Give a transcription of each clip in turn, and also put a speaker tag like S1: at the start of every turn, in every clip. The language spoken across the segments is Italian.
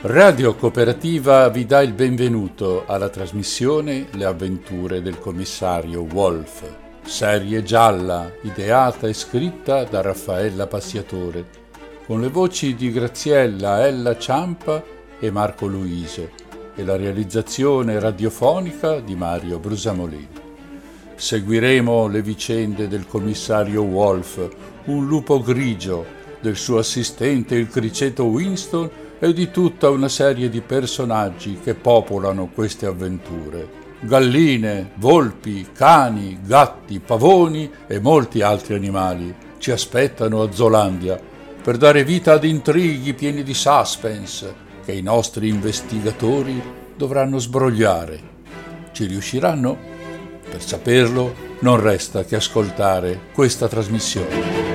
S1: Radio Cooperativa vi dà il benvenuto alla trasmissione Le avventure del commissario Wolf, serie gialla ideata e scritta da Raffaella Passiatore, con le voci di Graziella Ella Ciampa e Marco Luise e la realizzazione radiofonica di Mario Brusamolin. Seguiremo le vicende del commissario Wolf, un lupo grigio, del suo assistente il criceto Winston e di tutta una serie di personaggi che popolano queste avventure. Galline, volpi, cani, gatti, pavoni e molti altri animali ci aspettano a Zolandia per dare vita ad intrighi pieni di suspense che i nostri investigatori dovranno sbrogliare. Ci riusciranno? Per saperlo non resta che ascoltare questa trasmissione.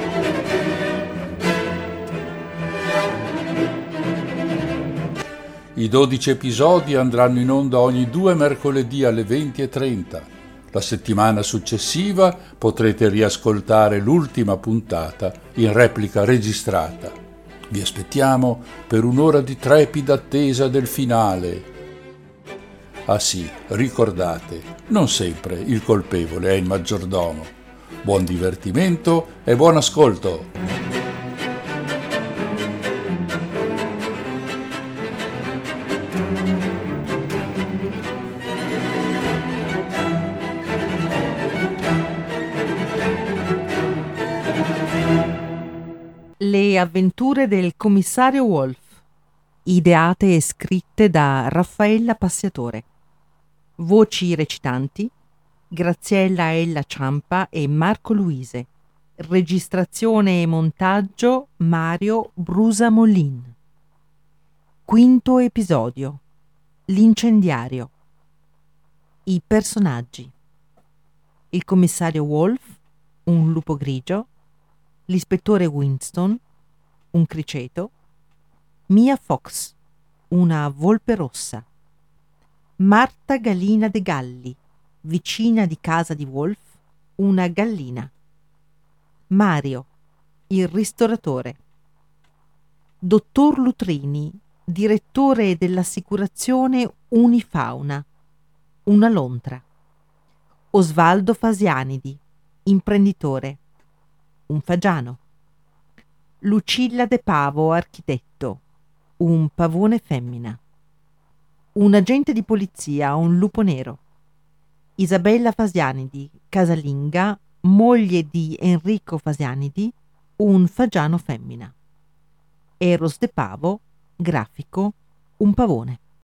S1: I 12 episodi andranno in onda ogni 2 mercoledì alle 20:30. La settimana successiva potrete riascoltare l'ultima puntata in replica registrata. Vi aspettiamo per un'ora di trepida attesa del finale. Ah sì, ricordate, non sempre il colpevole è il maggiordomo. Buon divertimento e buon ascolto!
S2: Le avventure del commissario Wolf, ideate e scritte da Raffaella Passiatore. Voci recitanti: Graziella Ella Ciampa e Marco Luise. Registrazione e montaggio Mario Brusamolin. Quinto episodio: L'incendiario. I personaggi: il commissario Wolf, un lupo grigio; l'ispettore Winston, un criceto; Mia Fox, una volpe rossa; Marta Gallina de Galli, vicina di casa di Wolf, una gallina; Mario, il ristoratore; Dottor Lutrini, direttore dell'assicurazione Unifauna, una lontra; Osvaldo Fasianidi, imprenditore, un fagiano; Lucilla De Pavo, architetto, un pavone femmina; un agente di polizia, un lupo nero; Isabella Fasianidi, casalinga, moglie di Enrico Fasianidi, un fagiano femmina; Eros De Pavo, grafico, un pavone.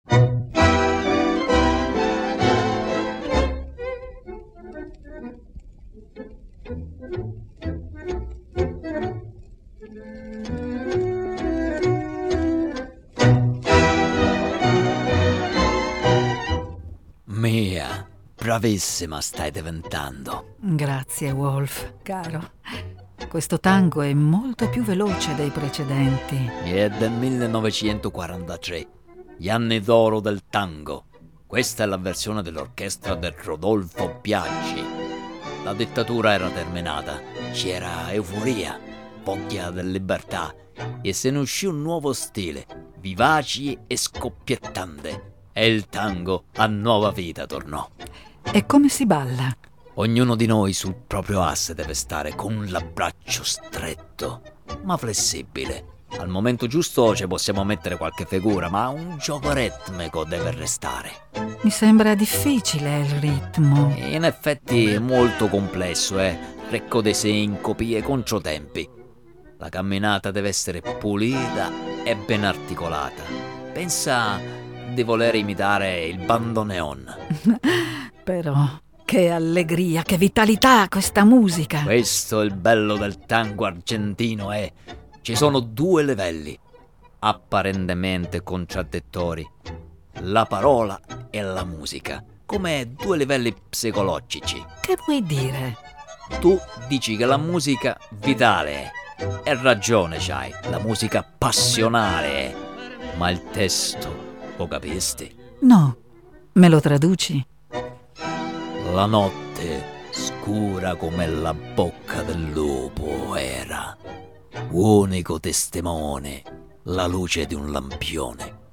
S3: Mia, bravissima stai diventando.
S4: Grazie, Wolf, caro. Questo tango è molto più veloce dei precedenti.
S3: È del 1943, gli anni d'oro del tango. Questa è la versione dell'orchestra del Rodolfo Biaggi. La dittatura era terminata, c'era euforia, voglia di libertà e se ne uscì un nuovo stile, vivaci e scoppiettante. E il tango a nuova vita tornò.
S4: E come si balla?
S3: Ognuno di noi sul proprio asse deve stare con l'abbraccio stretto, ma flessibile. Al momento giusto ci possiamo mettere qualche figura, ma un gioco ritmico deve restare.
S4: Mi sembra difficile il ritmo.
S3: In effetti è molto complesso, ricco di sincopi e controtempi. La camminata deve essere pulita e ben articolata. Pensa di voler imitare il bandoneon.
S4: Però che allegria, che vitalità questa musica.
S3: Questo è il bello del tango argentino, ci sono 2 livelli apparentemente contraddittori: la parola e la musica, come 2 livelli psicologici.
S4: Che vuoi dire?
S3: Tu dici che la musica vitale è, e ragione c'hai, la musica passionale è, ma il testo lo capisti?
S4: No, me lo traduci?
S3: La notte, scura come la bocca del lupo, era unico testimone la luce di un lampione.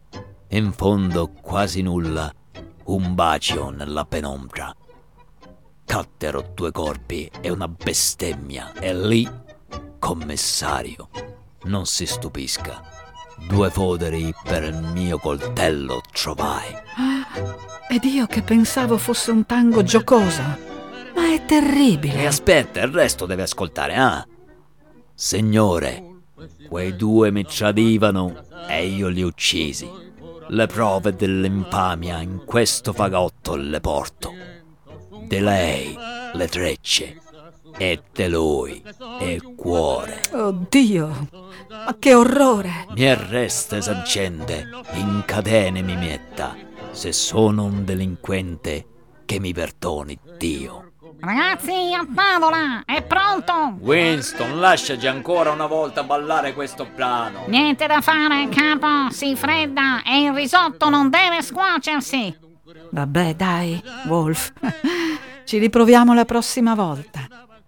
S3: In fondo quasi nulla, un bacio nella penombra. Cattero 2 corpi e una bestemmia, e lì, commissario, non si stupisca. 2 foderi per il mio coltello trovai.
S4: Ed io che pensavo fosse un tango giocoso. Ma è terribile.
S3: E aspetta, il resto deve ascoltare, ah? Signore, quei 2 mi tradivano e io li uccisi. Le prove dell'infamia in questo fagotto le porto. Di lei le trecce e di lui il cuore.
S4: Oddio, ma che orrore.
S3: Mi arresta sancente, in catene mi metta. Se sono un delinquente, che mi perdoni Dio.
S5: Ragazzi, a tavola, è pronto?
S3: Winston, lasciaci ancora una volta ballare questo brano.
S5: Niente da fare, capo, si fredda e il risotto non deve scuocersi.
S4: Vabbè, dai, Wolf. Ci riproviamo la prossima volta.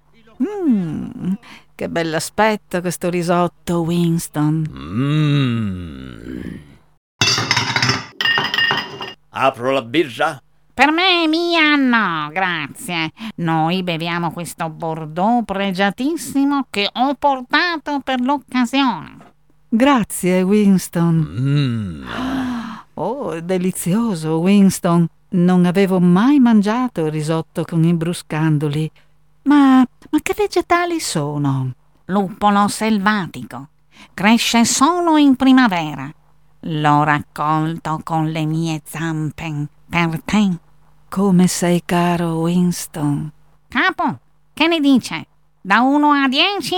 S4: Che bell'aspetto questo risotto, Winston.
S3: Apro la birra?
S5: Per me, mia, no, grazie. Noi beviamo questo Bordeaux pregiatissimo che ho portato per l'occasione.
S4: Grazie, Winston. Oh, delizioso, Winston. Non avevo mai mangiato il risotto con i bruscandoli. Ma che vegetali sono?
S5: Luppolo selvatico. Cresce solo in primavera. L'ho raccolto con le mie zampe per te.
S4: Come sei caro, Winston.
S5: Capo, che ne dice? Da 1 a 10?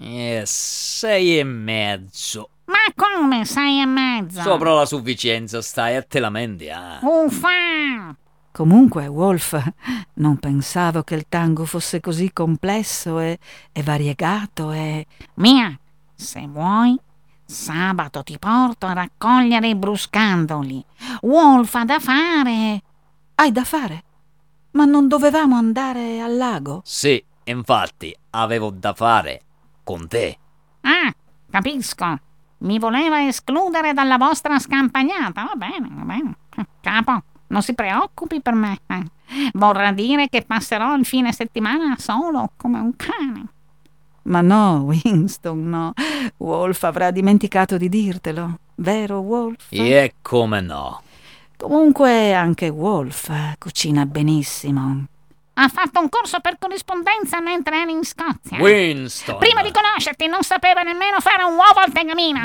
S3: 6,5.
S5: Ma come 6,5?
S3: Sopra la sufficienza stai e te lamenti, ah.
S5: Uffa!
S4: Comunque, Wolf, non pensavo che il tango fosse così complesso e variegato e...
S5: Mia, se vuoi, sabato ti porto a raccogliere i bruscandoli. Wolf ha da fare.
S4: Hai da fare? Ma non dovevamo andare al lago?
S3: Sì, infatti, avevo da fare con te.
S5: Ah, capisco. Mi voleva escludere dalla vostra scampagnata. Va bene, va bene. Capo, non si preoccupi per me. Vorrà dire che passerò il fine settimana solo come un cane.
S4: Ma no, Winston, no. Wolf avrà dimenticato di dirtelo. Vero, Wolf?
S3: E come no.
S4: Comunque anche Wolf cucina benissimo.
S5: Ha fatto un corso per corrispondenza mentre eri in Scozia.
S3: Winston!
S5: Prima di conoscerti non sapeva nemmeno fare un uovo al tegamino.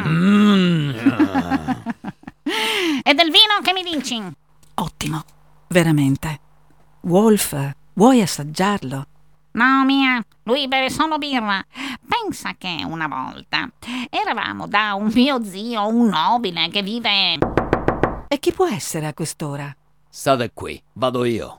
S5: E del vino che mi dici?
S4: Ottimo, veramente. Wolf, vuoi assaggiarlo?
S5: No, mia, lui beve solo birra. Pensa che una volta eravamo da un mio zio, un nobile che vive...
S4: E chi può essere a quest'ora?
S3: State qui, vado io.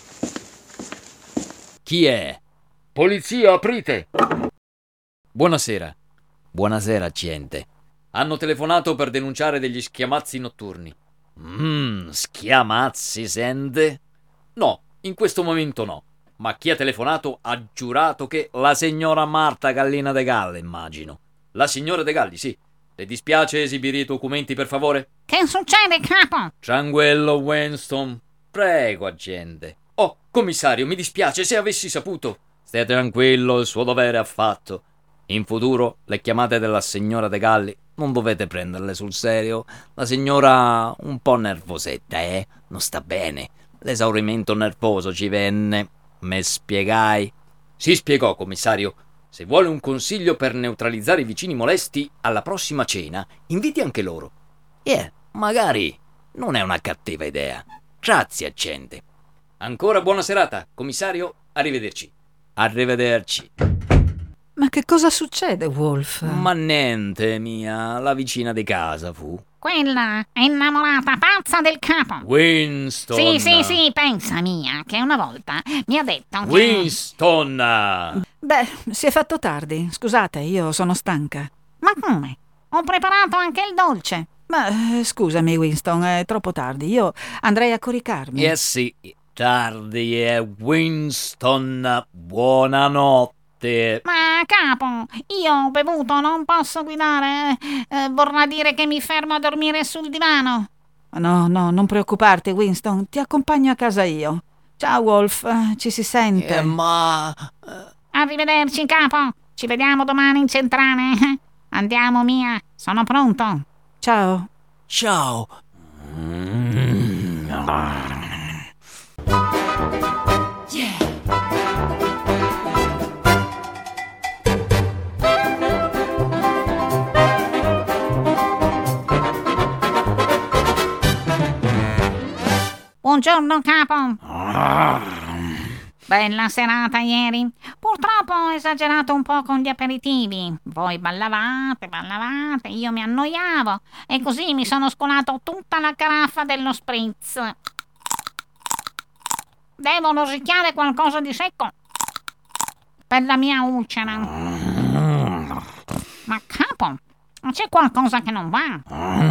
S3: Chi è? Polizia, aprite! Buonasera. Buonasera, gente. Hanno telefonato per denunciare degli schiamazzi notturni. Schiamazzi, sente? No, in questo momento no. Ma chi ha telefonato ha giurato che la signora Marta Gallina De Galle, immagino. La signora De Galli, sì. Le dispiace esibire i documenti, per favore?
S5: Che succede, capo?
S3: Tranquillo, Winston. Prego, agente. Oh, commissario, mi dispiace se avessi saputo. Stia tranquillo, il suo dovere ha fatto. In futuro, le chiamate della signora De Galli non dovete prenderle sul serio. La signora un po' nervosetta, non sta bene. L'esaurimento nervoso ci venne. Me spiegai? Si spiegò, commissario. Se vuole un consiglio per neutralizzare i vicini molesti alla prossima cena, inviti anche loro. Magari non è una cattiva idea. Grazie, agente. Ancora buona serata, commissario. Arrivederci. Arrivederci.
S4: Ma che cosa succede, Wolf?
S3: Ma niente, mia. La vicina di casa fu.
S5: Quella è innamorata pazza del capo.
S3: Winston.
S5: Sì, pensa, mia, che una volta mi ha detto che...
S3: Winston!
S4: Beh, si è fatto tardi. Scusate, io sono stanca.
S5: Ma come? Ho preparato anche il dolce.
S4: Ma scusami, Winston, è troppo tardi. Io andrei a coricarmi.
S3: Sì, tardi Winston. Buonanotte.
S5: Ma capo, io ho bevuto, non posso guidare. Vorrà dire che mi fermo a dormire sul divano.
S4: No, non preoccuparti, Winston, ti accompagno a casa io. Ciao, Wolf, ci si sente.
S3: Ma...
S5: Arrivederci, capo. Ci vediamo domani in centrale. Andiamo, Mia. Sono pronto.
S4: Ciao.
S3: Ciao.
S5: Buongiorno, capo. Bella serata ieri. Purtroppo ho esagerato un po' con gli aperitivi. Voi ballavate, io mi annoiavo e così mi sono scolato tutta la caraffa dello spritz. Devo rosicchiare qualcosa di secco per la mia ulcera. Ma capo, c'è qualcosa che non va?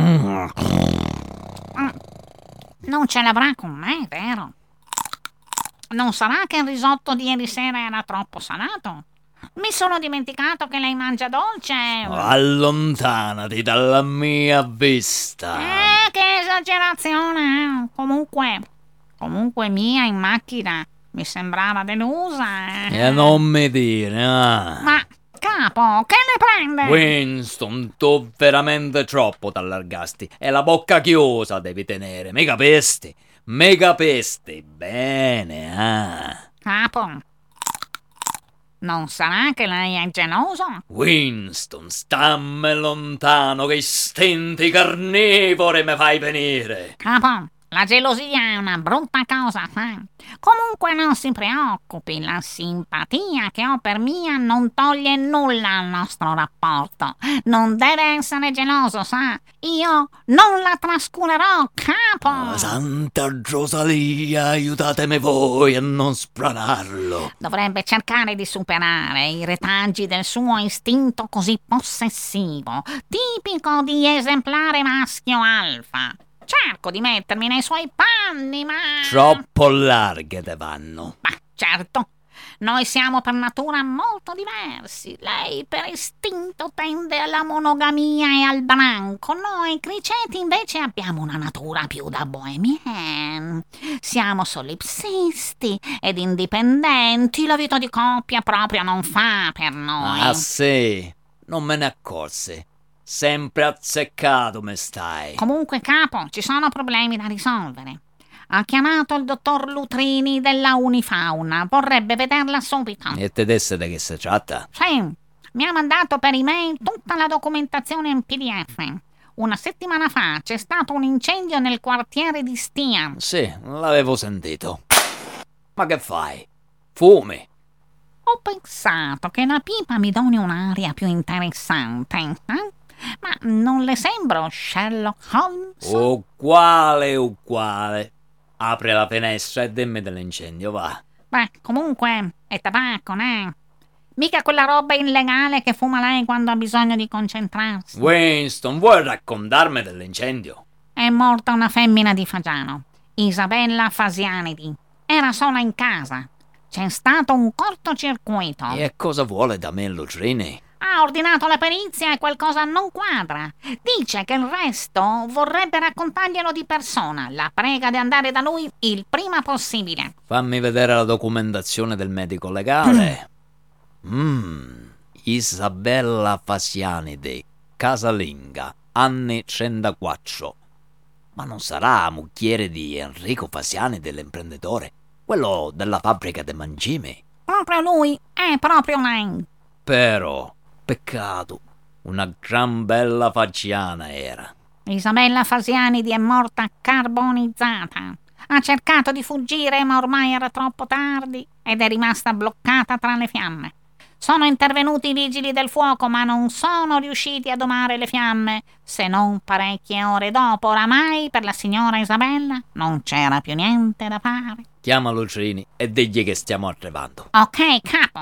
S5: Non ce l'avrà con me, vero? Non sarà che il risotto di ieri sera era troppo salato? Mi sono dimenticato che lei mangia dolce.
S3: Allontanati dalla mia vista.
S5: Che esagerazione. Comunque Mia in macchina mi sembrava delusa.
S3: E non mi dire,
S5: Ma, capo, che ne prende?
S3: Winston, tu veramente troppo t'allargasti e la bocca chiusa devi tenere, mi capisti? Bene,
S5: Capo, non sarà che lei è geloso?
S3: Winston, stammi lontano che istinti carnivori mi fai venire.
S5: Capo, la gelosia è una brutta cosa, sa? Comunque non si preoccupi, la simpatia che ho per Mia non toglie nulla al nostro rapporto. Non deve essere geloso, sa? Io non la trascurerò, capo!
S3: Santa Rosalia, aiutatemi voi a non spranarlo.
S5: Dovrebbe cercare di superare i retaggi del suo istinto così possessivo, tipico di esemplare maschio alfa. Cerco di mettermi nei suoi panni, ma...
S3: Troppo larghe te vanno.
S5: Ma certo, noi siamo per natura molto diversi. Lei per istinto tende alla monogamia e al branco. Noi criceti invece abbiamo una natura più da bohemienne. Siamo solipsisti ed indipendenti. La vita di coppia proprio non fa per noi.
S3: Ah sì, non me ne accorsi. Sempre azzeccato me stai.
S5: Comunque, capo, ci sono problemi da risolvere. Ha chiamato il dottor Lutrini della Unifauna. Vorrebbe vederla subito.
S3: E te desse di che si tratta?
S5: Sì, mi ha mandato per email tutta la documentazione in PDF. Una settimana fa c'è stato un incendio nel quartiere di Stia.
S3: Sì, l'avevo sentito. Ma che fai? Fumi?
S5: Ho pensato che la pipa mi doni un'aria più interessante. Ma non le sembro Sherlock Holmes?
S3: Uguale. Apri la finestra e dimmi dell'incendio, va.
S5: Beh, comunque è tabacco, né? Mica quella roba illegale che fuma lei quando ha bisogno di concentrarsi.
S3: Winston, vuoi raccontarmi dell'incendio?
S5: È morta una femmina di Fagiano, Isabella Fasianidi. Era sola in casa. C'è stato un cortocircuito.
S3: E cosa vuole da me Lutrini?
S5: Ha ordinato la perizia e qualcosa non quadra. Dice che il resto vorrebbe raccontarglielo di persona. La prega di andare da lui il prima possibile.
S3: Fammi vedere la documentazione del medico legale. Isabella Fasianidi, casalinga, anni 34. Ma non sarà mucchiere di Enrico Fasianidi, l'imprenditore? Quello della fabbrica de mangimi?
S5: Proprio lui, è proprio lei.
S3: Però... peccato, una gran bella fagiana era.
S5: Isabella Fasianidi è morta carbonizzata. Ha cercato di fuggire, ma ormai era troppo tardi ed è rimasta bloccata tra le fiamme. Sono intervenuti i vigili del fuoco, ma non sono riusciti a domare le fiamme, se non parecchie ore dopo. Oramai per la signora Isabella non c'era più niente da fare.
S3: Chiama Lutrini e digli che stiamo arrivando.
S5: Ok, capo.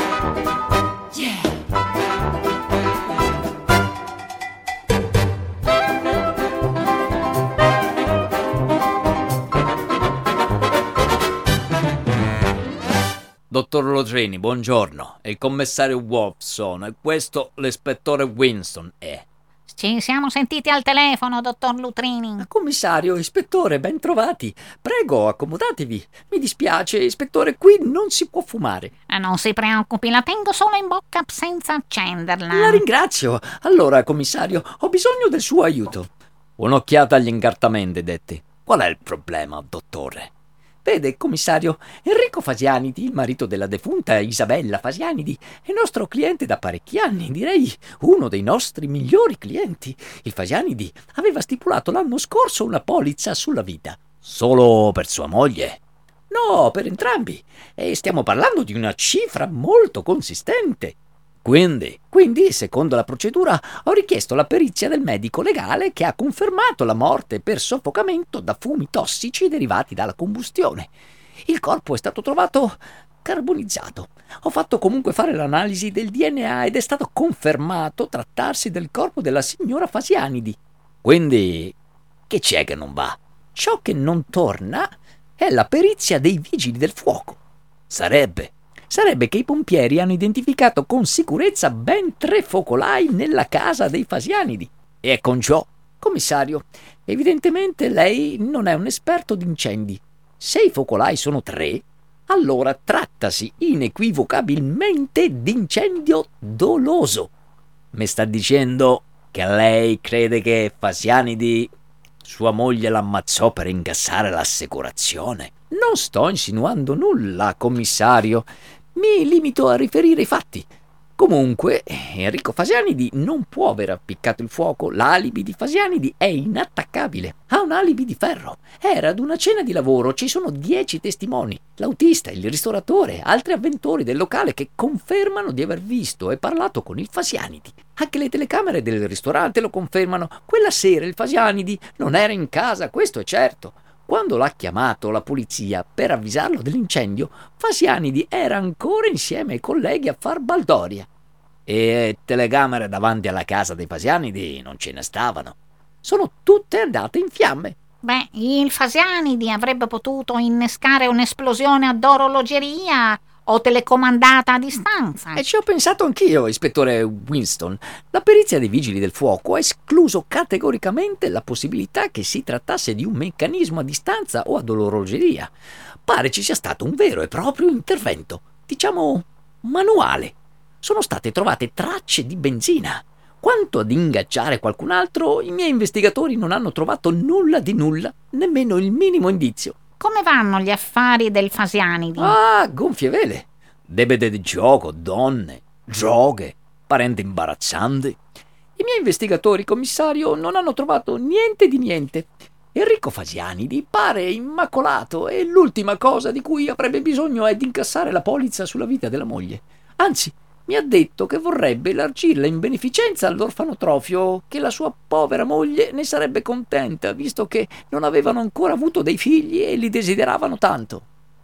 S3: Dottor Lutrini, buongiorno. Il commissario Wolf sono e questo l'ispettore Winston è.
S5: Ci siamo sentiti al telefono, dottor Lutrini.
S6: Commissario, ispettore, ben trovati. Prego, accomodatevi. Mi dispiace, ispettore, qui non si può fumare.
S5: Non si preoccupi, la tengo solo in bocca senza accenderla.
S6: La ringrazio. Allora, commissario, ho bisogno del suo aiuto.
S3: Un'occhiata agli incartamenti, detti. Qual è il problema, dottore?
S6: Vede, commissario, Enrico Fasianidi, il marito della defunta Isabella Fasianidi, è nostro cliente da parecchi anni, direi uno dei nostri migliori clienti. Il Fasianidi aveva stipulato l'anno scorso una polizza sulla vita.
S3: Solo per sua moglie?
S6: No, per entrambi. E stiamo parlando di una cifra molto consistente.
S3: Quindi,
S6: secondo la procedura, ho richiesto la perizia del medico legale che ha confermato la morte per soffocamento da fumi tossici derivati dalla combustione. Il corpo è stato trovato carbonizzato. Ho fatto comunque fare l'analisi del DNA ed è stato confermato trattarsi del corpo della signora Fasianidi.
S3: Quindi, che c'è che non va?
S6: Ciò che non torna è la perizia dei vigili del fuoco. Sarebbe che i pompieri hanno identificato con sicurezza ben 3 focolai nella casa dei Fasianidi.
S3: E con ciò?
S6: Commissario, evidentemente lei non è un esperto di incendi. Se i focolai sono 3, allora trattasi inequivocabilmente di incendio doloso.
S3: Mi sta dicendo che lei crede che Fasianidi, sua moglie, l'ammazzò per incassare l'assicurazione?
S6: Non sto insinuando nulla, commissario. Mi limito a riferire i fatti. Comunque, Enrico Fasianidi non può aver appiccato il fuoco. L'alibi di Fasianidi è inattaccabile. Ha un alibi di ferro. Era ad una cena di lavoro, ci sono 10 testimoni. L'autista, il ristoratore, altri avventori del locale che confermano di aver visto e parlato con il Fasianidi. Anche le telecamere del ristorante lo confermano. Quella sera il Fasianidi non era in casa, questo è certo. Quando l'ha chiamato la polizia per avvisarlo dell'incendio, Fasianidi era ancora insieme ai colleghi a far baldoria.
S3: E telecamere davanti alla casa dei Fasianidi non ce ne stavano.
S6: Sono tutte andate in fiamme.
S5: Beh, il Fasianidi avrebbe potuto innescare un'esplosione ad orologeria o telecomandata a distanza.
S6: E ci ho pensato anch'io, ispettore Winston. La perizia dei vigili del fuoco ha escluso categoricamente la possibilità che si trattasse di un meccanismo a distanza o ad orologeria. Pare ci sia stato un vero e proprio intervento, diciamo manuale. Sono state trovate tracce di benzina. Quanto ad ingaggiare qualcun altro, i miei investigatori non hanno trovato nulla di nulla, nemmeno il minimo indizio.
S5: Come vanno gli affari del Fasianidi?
S6: Ah, gonfie vele.
S3: Debete di gioco, donne, droghe, parenti imbarazzanti.
S6: I miei investigatori, commissario, non hanno trovato niente di niente. Enrico Fasianidi pare immacolato e l'ultima cosa di cui avrebbe bisogno è di incassare la polizza sulla vita della moglie. Anzi, mi ha detto che vorrebbe elargirla in beneficenza all'orfanotrofio, che la sua povera moglie ne sarebbe contenta, visto che non avevano ancora avuto dei figli e li desideravano tanto.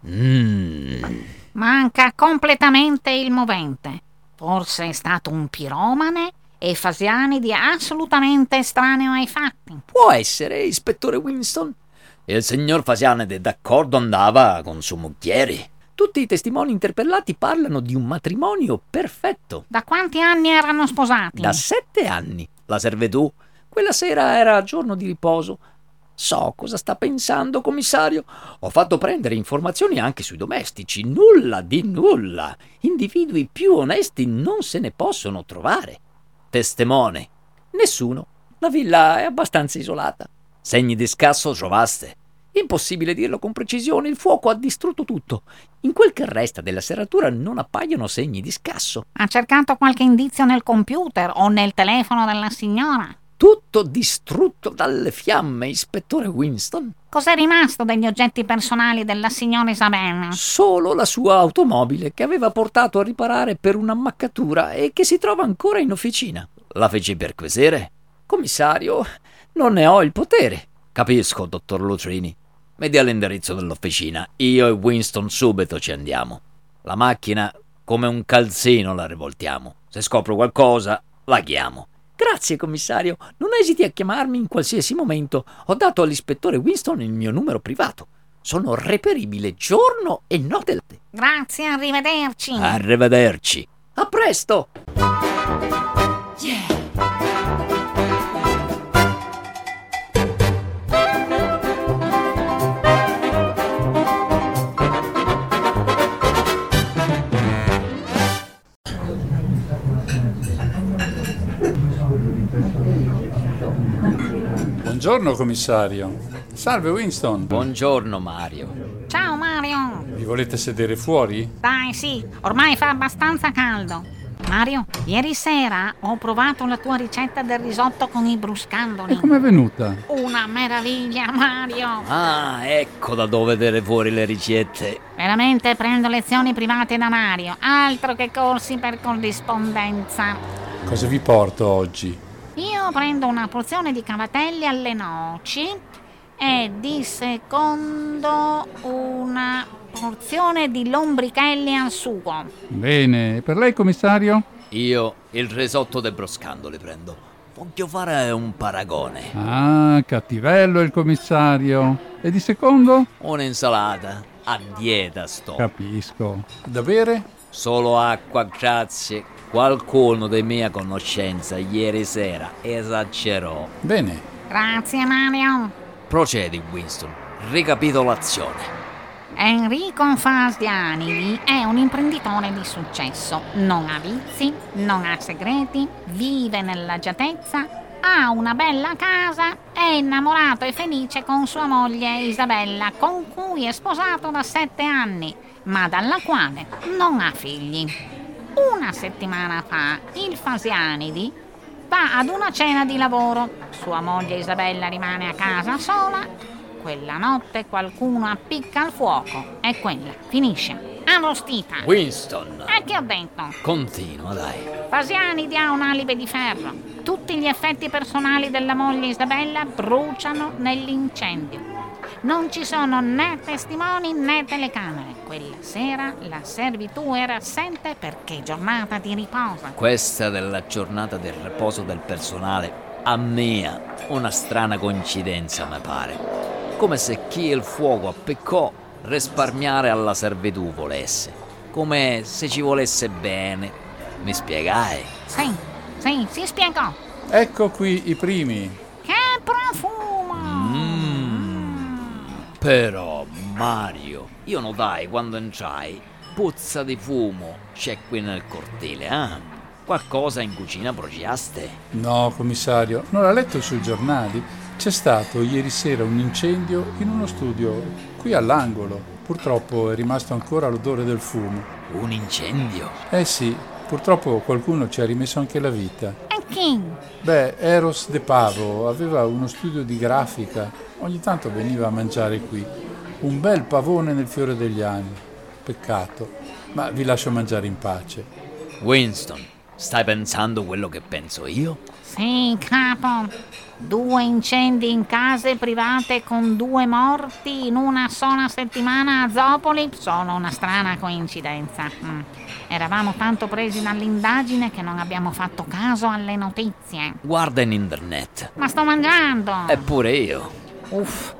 S5: Manca completamente il movente. Forse è stato un piromane e Fasianidi è assolutamente estraneo ai fatti.
S6: Può essere, ispettore Winston.
S3: Il signor Fasianidi d'accordo andava con suo moghieri.
S6: Tutti i testimoni interpellati parlano di un matrimonio perfetto.
S5: Da quanti anni erano sposati?
S6: Da 7 anni.
S3: La servitù?
S6: Quella sera era giorno di riposo. So cosa sta pensando, commissario. Ho fatto prendere informazioni anche sui domestici. Nulla di nulla. Individui più onesti non se ne possono trovare.
S3: Testimoni?
S6: Nessuno. La villa è abbastanza isolata.
S3: Segni di scasso trovaste?
S6: Impossibile dirlo con precisione, il fuoco ha distrutto tutto. In quel che resta della serratura non appaiono segni di scasso.
S5: Ha cercato qualche indizio nel computer o nel telefono della signora?
S6: Tutto distrutto dalle fiamme, ispettore Winston.
S5: Cos'è rimasto degli oggetti personali della signora Isabella?
S6: Solo la sua automobile che aveva portato a riparare per un'ammaccatura e che si trova ancora in officina.
S3: La feci perquisire?
S6: Commissario, non ne ho il potere.
S3: Capisco, dottor Lutrini. Mi dia l'indirizzo dell'officina. Io e Winston subito ci andiamo. La macchina, come un calzino, la rivoltiamo. Se scopro qualcosa, la chiamo.
S6: Grazie, commissario. Non esiti a chiamarmi in qualsiasi momento. Ho dato all'ispettore Winston il mio numero privato. Sono reperibile giorno e notte.
S5: Grazie, arrivederci.
S3: Arrivederci.
S6: A presto.
S4: Yeah.
S1: Buongiorno, commissario. Salve, Winston.
S3: Buongiorno, Mario.
S5: Ciao Mario.
S1: Vi volete sedere fuori?
S5: Dai, sì, ormai fa abbastanza caldo. Mario, ieri sera ho provato la tua ricetta del risotto con i bruscandoli.
S1: E com'è venuta?
S5: Una meraviglia, Mario.
S3: Ah, ecco da dove dare fuori le ricette.
S5: Veramente prendo lezioni private da Mario, altro che corsi per corrispondenza.
S1: Cosa vi porto oggi?
S5: Io prendo una porzione di cavatelli alle noci e di secondo una porzione di lombrichelli al sugo.
S1: Bene, per lei, commissario?
S3: Io il risotto dei broscandoli prendo. Voglio fare un paragone.
S1: Ah, cattivello il commissario. E di secondo?
S3: Un'insalata. A dieta sto.
S1: Capisco. Da bere?
S3: Solo acqua, grazie. Qualcuno di mia conoscenza ieri sera esagerò.
S1: Bene.
S5: Grazie, Mario.
S3: Procedi, Winston. Ricapitolazione.
S5: Enrico Fasianidi è un imprenditore di successo. Non ha vizi, non ha segreti, vive nell'agiatezza, ha una bella casa, è innamorato e felice con sua moglie Isabella, con cui è sposato da 7 anni, ma dalla quale non ha figli. Una settimana fa il Fasianidi va ad una cena di lavoro. Sua moglie Isabella rimane a casa sola. Quella notte qualcuno appicca il fuoco e quella finisce arrostita.
S3: Winston.
S5: E che ho detto?
S3: Continua, dai.
S5: Fasianidi ha un alibi di ferro. Tutti gli effetti personali della moglie Isabella bruciano nell'incendio. Non ci sono né testimoni né telecamere. Quella sera la servitù era assente perché giornata di riposo.
S3: Questa della giornata del riposo del personale, a me una strana coincidenza mi pare. Come se chi il fuoco appiccò risparmiare alla servitù volesse. Come se ci volesse bene. Mi spiegai?
S5: Sì, si spiegò.
S1: Ecco qui i primi.
S5: Che profumo!
S3: Però, Mario, io notai quando entrai, puzza di fumo c'è qui nel cortile, eh? Qualcosa in cucina bruciaste?
S1: No, commissario, non l'ha letto sui giornali? C'è stato ieri sera un incendio in uno studio qui all'angolo. Purtroppo è rimasto ancora l'odore del fumo.
S3: Un incendio?
S1: Eh sì, purtroppo qualcuno ci ha rimesso anche la vita.
S5: E chi?
S1: Beh, Eros De Pavo aveva uno studio di grafica. Ogni tanto veniva a mangiare qui. Un bel pavone nel fiore degli anni. Peccato, ma vi lascio mangiare in pace.
S3: Winston, stai pensando quello che penso io?
S5: Sì, capo. 2 incendi in case private con 2 morti in una sola settimana a Zopoli sono una strana coincidenza. Eravamo tanto presi dall'indagine che non abbiamo fatto caso alle notizie.
S3: Guarda in internet.
S5: Ma sto mangiando!
S3: Eppure io.
S5: Uff.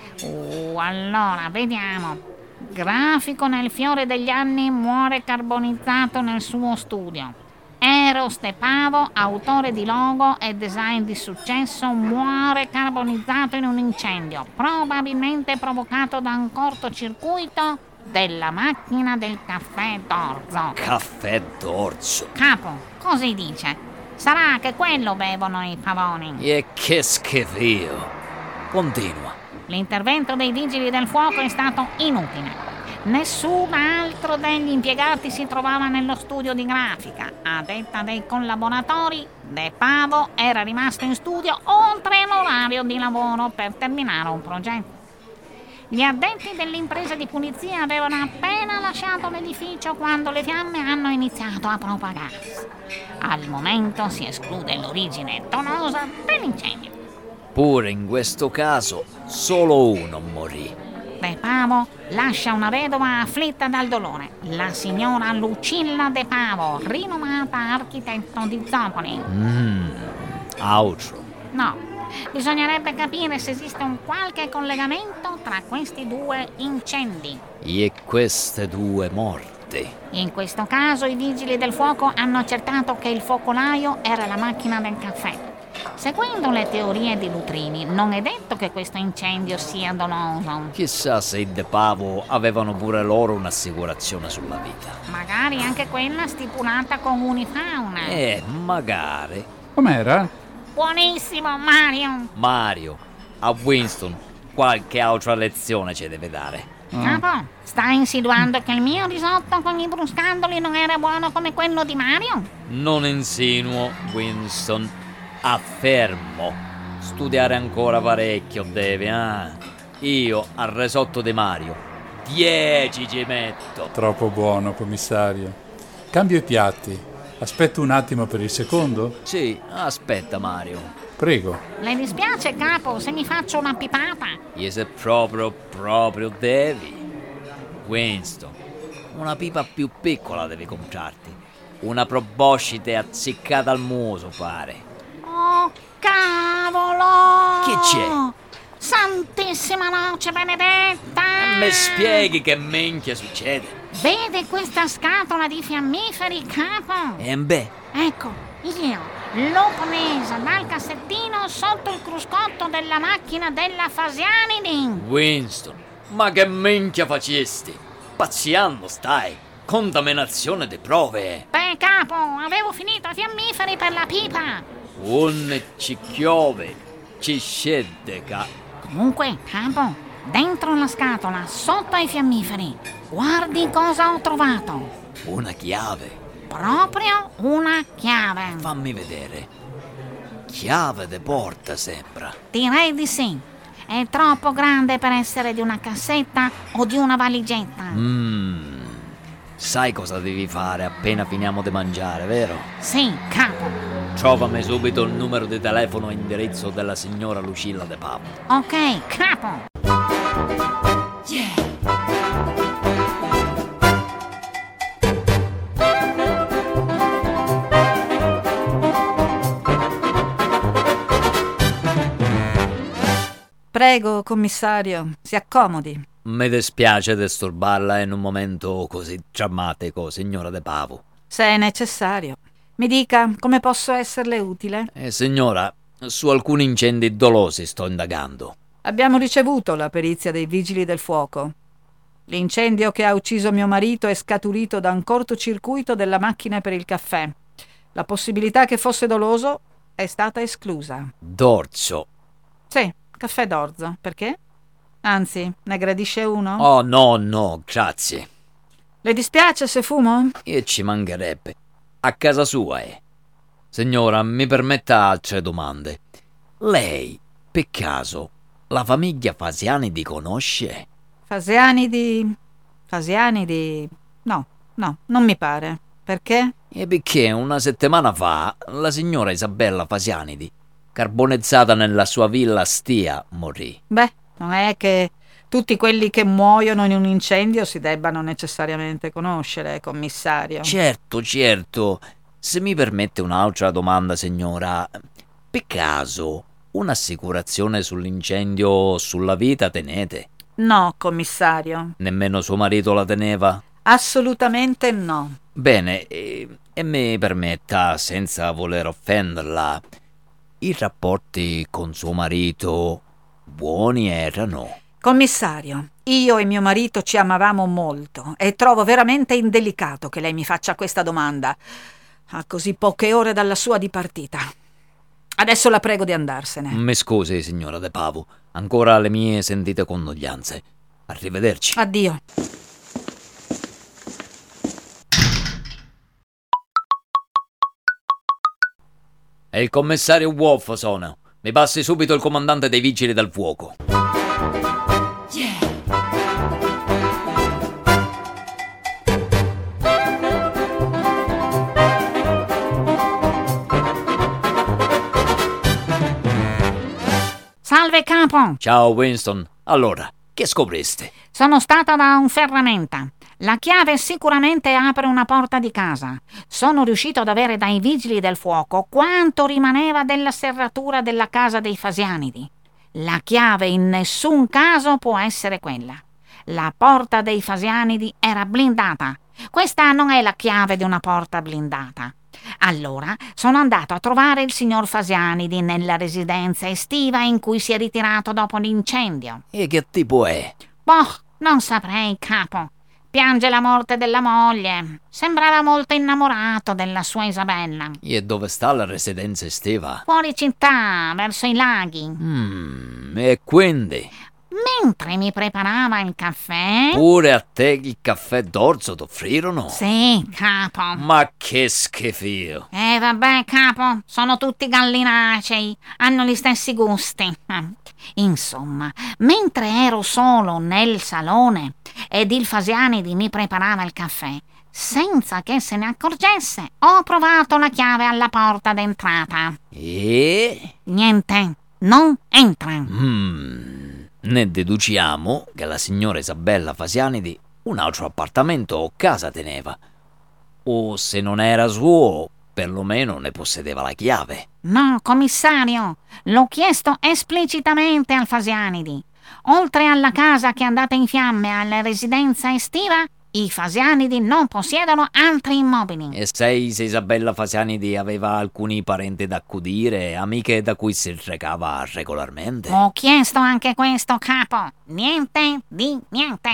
S5: Allora, vediamo. Grafico nel fiore degli anni muore carbonizzato nel suo studio. Eros De Pavo, autore di logo e design di successo, muore carbonizzato in un incendio, probabilmente provocato da un cortocircuito della macchina del caffè d'orzo.
S3: Caffè d'orzo?
S5: Capo, così dice. Sarà che quello bevono i pavoni.
S3: E che schifio. Continua.
S5: L'intervento dei vigili del fuoco è stato inutile. Nessun altro degli impiegati si trovava nello studio di grafica. A detta dei collaboratori, De Pavo era rimasto in studio oltre l'orario di lavoro per terminare un progetto. Gli addetti dell'impresa di pulizia avevano appena lasciato l'edificio quando le fiamme hanno iniziato a propagarsi. Al momento si esclude l'origine dolosa dell'incendio.
S3: Pure in questo caso solo uno morì.
S5: De Pavo lascia una vedova afflitta dal dolore, la signora Lucilla De Pavo, rinomata architetto di Zopoli.
S3: Altro.
S5: No, bisognerebbe capire se esiste un qualche collegamento tra questi 2 incendi.
S3: E queste 2 morti?
S5: In questo caso i vigili del fuoco hanno accertato che il focolaio era la macchina del caffè. Seguendo le teorie di Lutrini, non è detto che questo incendio sia doloso.
S3: Chissà se i De Pavo avevano pure loro un'assicurazione sulla vita.
S5: Magari anche quella stipulata con Unifauna.
S3: Magari.
S1: Com'era?
S5: Buonissimo, Mario!
S3: Mario, A Winston qualche altra lezione ci deve dare.
S5: Capo, stai insinuando che il mio risotto con i bruscandoli non era buono come quello di Mario?
S3: Non insinuo, Winston. Affermo. Studiare ancora parecchio devi, Io al risotto di Mario 10 ci metto.
S1: Troppo buono, commissario. Cambio i piatti. Aspetto un attimo per il secondo?
S3: Sì, aspetta Mario.
S1: Prego.
S5: Le dispiace, capo, se mi faccio una pipata?
S3: E se proprio devi. Winston, una pipa più piccola devi comprarti. Una proboscite azzeccata al muso, pare.
S5: Oh, cavolo!
S3: Che c'è?
S5: Santissima noce benedetta!
S3: Mi spieghi che minchia succede?
S5: Vede questa scatola di fiammiferi, capo?
S3: Beh,
S5: Ecco, io l'ho presa dal cassettino sotto il cruscotto della macchina della Fasianidi.
S3: Winston, ma che minchia facesti? Pazziando stai? Contaminazione di prove.
S5: Beh, capo, avevo finito i fiammiferi per la pipa.
S3: Un ci chiove, ci scende
S5: Comunque, capo, dentro la scatola, sotto ai fiammiferi, guardi cosa ho trovato.
S3: una chiave.
S5: Proprio una chiave.
S3: Fammi vedere. Chiave de porta sembra.
S5: Direi di sì. È troppo grande per essere di una cassetta o di una valigetta.
S3: Sai cosa devi fare appena finiamo di mangiare, vero?
S5: Sì, capo.
S3: Trovami subito il numero di telefono e indirizzo della signora Lucilla De Papo.
S5: Ok, capo.
S4: Prego, commissario, si accomodi.
S3: Mi dispiace disturbarla in un momento così drammatico, signora De Pavo.
S4: Se è necessario. Mi dica come posso esserle utile.
S3: Signora, su alcuni incendi dolosi sto indagando.
S4: Abbiamo ricevuto la perizia dei vigili del fuoco. L'incendio che ha ucciso mio marito è scaturito da un cortocircuito della macchina per il caffè. La possibilità che fosse doloso è stata esclusa.
S3: D'orzo.
S4: Sì, caffè d'orzo. Perché? Anzi, ne gradisce uno?
S3: Oh, no, grazie.
S4: Le dispiace se fumo?
S3: E ci mancherebbe. A casa sua è. Signora, mi permetta altre domande. Lei, per caso, la famiglia Fasianidi conosce?
S4: Fasianidi... No, non mi pare. Perché?
S3: E perché una settimana fa la signora Isabella Fasianidi, carbonizzata nella sua villa a Stia, morì.
S4: Beh, non è che tutti quelli che muoiono in un incendio si debbano necessariamente conoscere, commissario.
S3: Certo. Se mi permette un'altra domanda, signora. Per caso, un'assicurazione sull'incendio o sulla vita tenete?
S4: No, commissario.
S3: Nemmeno suo marito la teneva?
S4: Assolutamente no.
S3: Bene, e mi permetta, senza voler offenderla, i rapporti con suo marito buoni erano?
S4: Commissario, io e mio marito ci amavamo molto e trovo veramente indelicato che lei mi faccia questa domanda a così poche ore dalla sua dipartita. Adesso la prego di andarsene.
S3: Mi scusi, signora De Pavo, ancora le mie sentite condoglianze. Arrivederci.
S4: Addio.
S3: È il commissario Wolf, sono. Mi passi subito il comandante dei vigili del fuoco.
S5: Salve, capo.
S3: Ciao, Winston. Allora, che scopriste?
S5: Sono stata da un ferramenta. La chiave sicuramente apre una porta di casa. Sono riuscito ad avere dai vigili del fuoco quanto rimaneva della serratura della casa dei Fasianidi. La chiave in nessun caso può essere quella. La porta dei Fasianidi era blindata. Questa non è la chiave di una porta blindata. Allora sono andato a trovare il signor Fasianidi nella residenza estiva in cui si è ritirato dopo l'incendio.
S3: E che tipo è?
S5: Boh, non saprei, capo. piange la morte della moglie. Sembrava molto innamorato della sua Isabella.
S3: E dove sta la residenza estiva?
S5: Fuori città, verso i laghi.
S3: E quindi?
S5: Mentre mi preparava il caffè...
S3: Pure a te il caffè d'orzo t'offrirono?
S5: Sì, capo.
S3: Ma che schifio!
S5: Vabbè, capo, sono tutti gallinacei, hanno gli stessi gusti. Insomma, mentre ero solo nel salone ed il Fasianidi mi preparava il caffè, senza che se ne accorgesse, ho provato la chiave alla porta d'entrata.
S3: E?
S5: Niente, non entra.
S3: Ne deduciamo che la signora Isabella Fasianidi un altro appartamento o casa teneva. O se non era suo, perlomeno ne possedeva la chiave.
S5: No, commissario, l'ho chiesto esplicitamente al Fasianidi. Oltre alla casa che è andata in fiamme alla residenza estiva, i Fasianidi non possiedono altri immobili.
S3: E se Isabella Fasianidi aveva alcuni parenti da accudire, amiche da cui si recava regolarmente?
S5: Ho chiesto anche questo, capo. Niente di niente.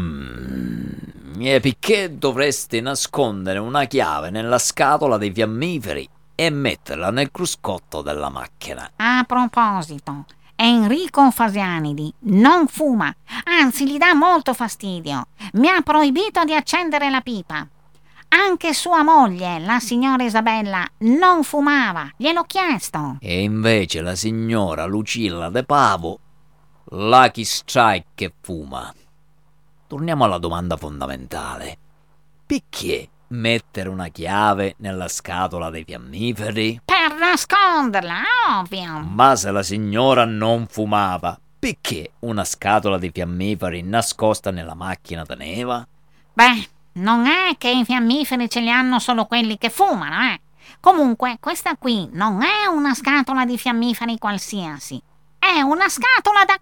S3: E perché dovresti nascondere una chiave nella scatola dei fiammiferi e metterla nel cruscotto della macchina?
S5: A proposito, Enrico Fasianidi non fuma, anzi gli dà molto fastidio. Mi ha proibito di accendere la pipa. Anche sua moglie, la signora Isabella, non fumava, gliel'ho chiesto.
S3: E invece la signora Lucilla De Pavo, Lucky Strike che fuma. Torniamo alla domanda fondamentale. Perché mettere una chiave nella scatola dei fiammiferi?
S5: Per nasconderla, ovvio.
S3: Ma se la signora non fumava, perché una scatola di fiammiferi nascosta nella macchina teneva?
S5: Beh, non è che i fiammiferi ce li hanno solo quelli che fumano, eh. Comunque, questa qui non è una scatola di fiammiferi qualsiasi. È una scatola da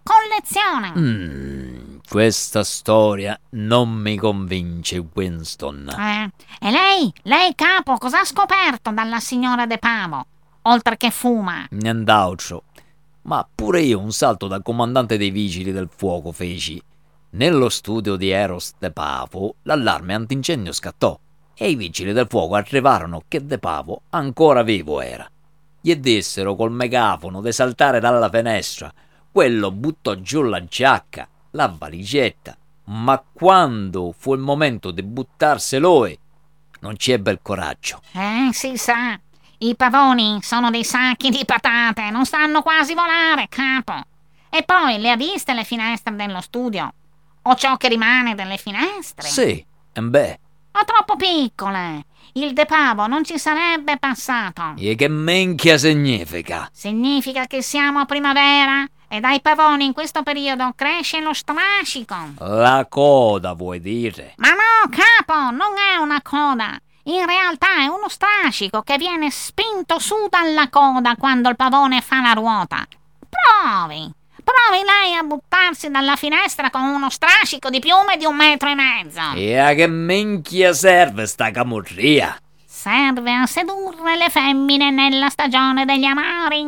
S5: collezione.
S3: Questa storia non mi convince, Winston.
S5: E lei capo, cosa ha scoperto dalla signora De Pavo? Oltre che fuma.
S3: Nient'altro. Ma pure io un salto da comandante dei vigili del fuoco feci. Nello studio di Eros De Pavo l'allarme antincendio scattò e i vigili del fuoco arrivarono che De Pavo ancora vivo era. Gli dissero col megafono di saltare dalla finestra. Quello buttò giù la giacca, la valigetta, ma quando fu il momento di buttarsi lui, non ci ebbe il coraggio.
S5: Si sa, i pavoni sono dei sacchi di patate, non sanno quasi volare, capo. E poi le ha viste le finestre dello studio? O ciò che rimane delle finestre?
S3: Sì, beh.
S5: O troppo piccole. Il De Pavo non ci sarebbe passato.
S3: E che minchia significa?
S5: Significa che siamo a primavera e dai pavoni in questo periodo cresce lo strascico.
S3: La coda, vuoi dire?
S5: Ma no, capo, non è una coda. In realtà è uno strascico che viene spinto su dalla coda quando il pavone fa la ruota. Provi lei a buttarsi dalla finestra con uno strascico di piume di 1,5 metri.
S3: E a che minchia serve sta camurria?
S5: Serve a sedurre le femmine nella stagione degli amari.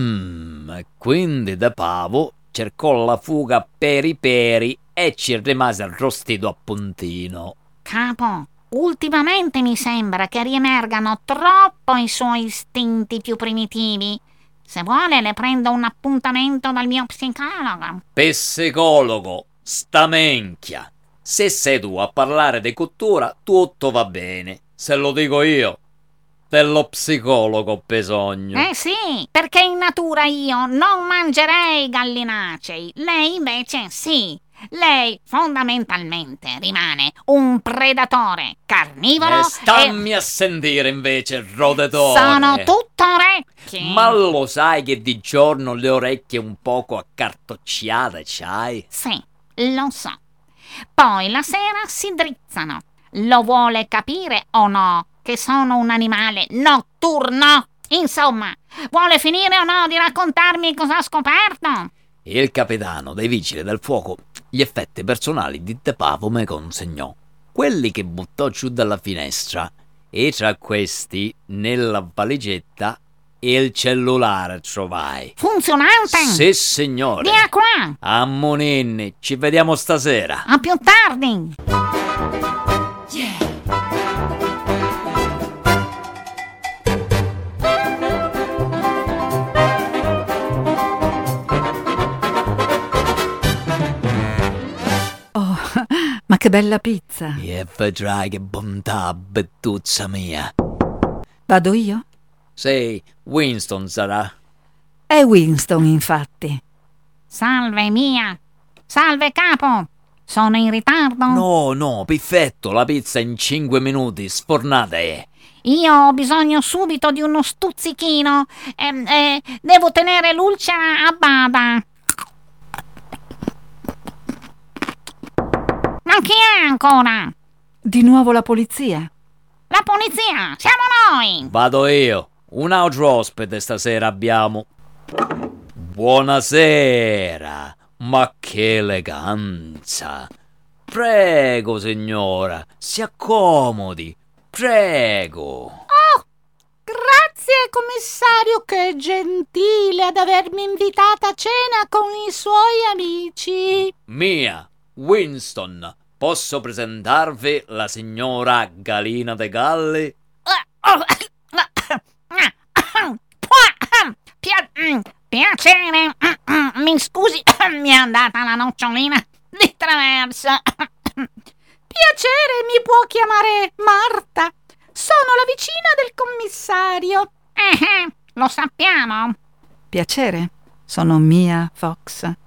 S3: Quindi De Pavo cercò la fuga per i peri e ci rimase arrostito a puntino.
S5: Capo, ultimamente mi sembra che riemergano troppo i suoi istinti più primitivi. Se vuole le prendo un appuntamento dal mio psicologo.
S3: Psicologo, sta minchia. Se sei tu a parlare di cottura, tutto va bene. Se lo dico io, dello psicologo ho bisogno.
S5: Sì, perché in natura io non mangerei gallinacei. Lei invece sì. Lei fondamentalmente rimane un predatore carnivoro.
S3: Stammi a sentire invece, rodetore.
S5: Sono tutto orecchi.
S3: Ma lo sai che di giorno le orecchie un poco accartocciate c'hai?
S5: Sì, lo so. Poi la sera si drizzano. Lo vuole capire o no che sono un animale notturno? Insomma, vuole finire o no di raccontarmi cosa ha scoperto?
S3: Il capitano dei vigili del fuoco gli effetti personali di De Pavo me consegnò, quelli che buttò giù dalla finestra, e tra questi, nella valigetta, il cellulare trovai.
S5: Funzionante?
S3: Sì, signore.
S5: Via qua!
S3: A Moninni, ci vediamo stasera.
S5: A più tardi!
S4: Ma che bella pizza!
S3: E vedrai che bontà, bettuzza mia.
S4: Vado io?
S3: Sì, Winston sarà.
S4: È Winston, infatti.
S5: Salve, Mia. Salve, capo. Sono in ritardo?
S3: No, perfetto, la pizza in 5 minuti, sfornata è.
S5: Io ho bisogno subito di uno stuzzichino. Devo tenere l'ulcera a bada. Ma chi è ancora?
S4: Di nuovo la polizia?
S5: La polizia, siamo noi!
S3: Vado io. Un altro ospite stasera abbiamo. Buonasera. Ma che eleganza. Prego, signora, si accomodi. Prego.
S5: Oh, grazie, commissario, che gentile ad avermi invitata a cena con i suoi amici.
S3: Mia, Winston, posso presentarvi la signora Galina de Galli?
S5: Piacere, mi scusi, mi è andata la nocciolina di traverso. Piacere, mi può chiamare Marta. Sono la vicina del commissario. Lo sappiamo.
S4: Piacere, sono Mia Fox.
S5: La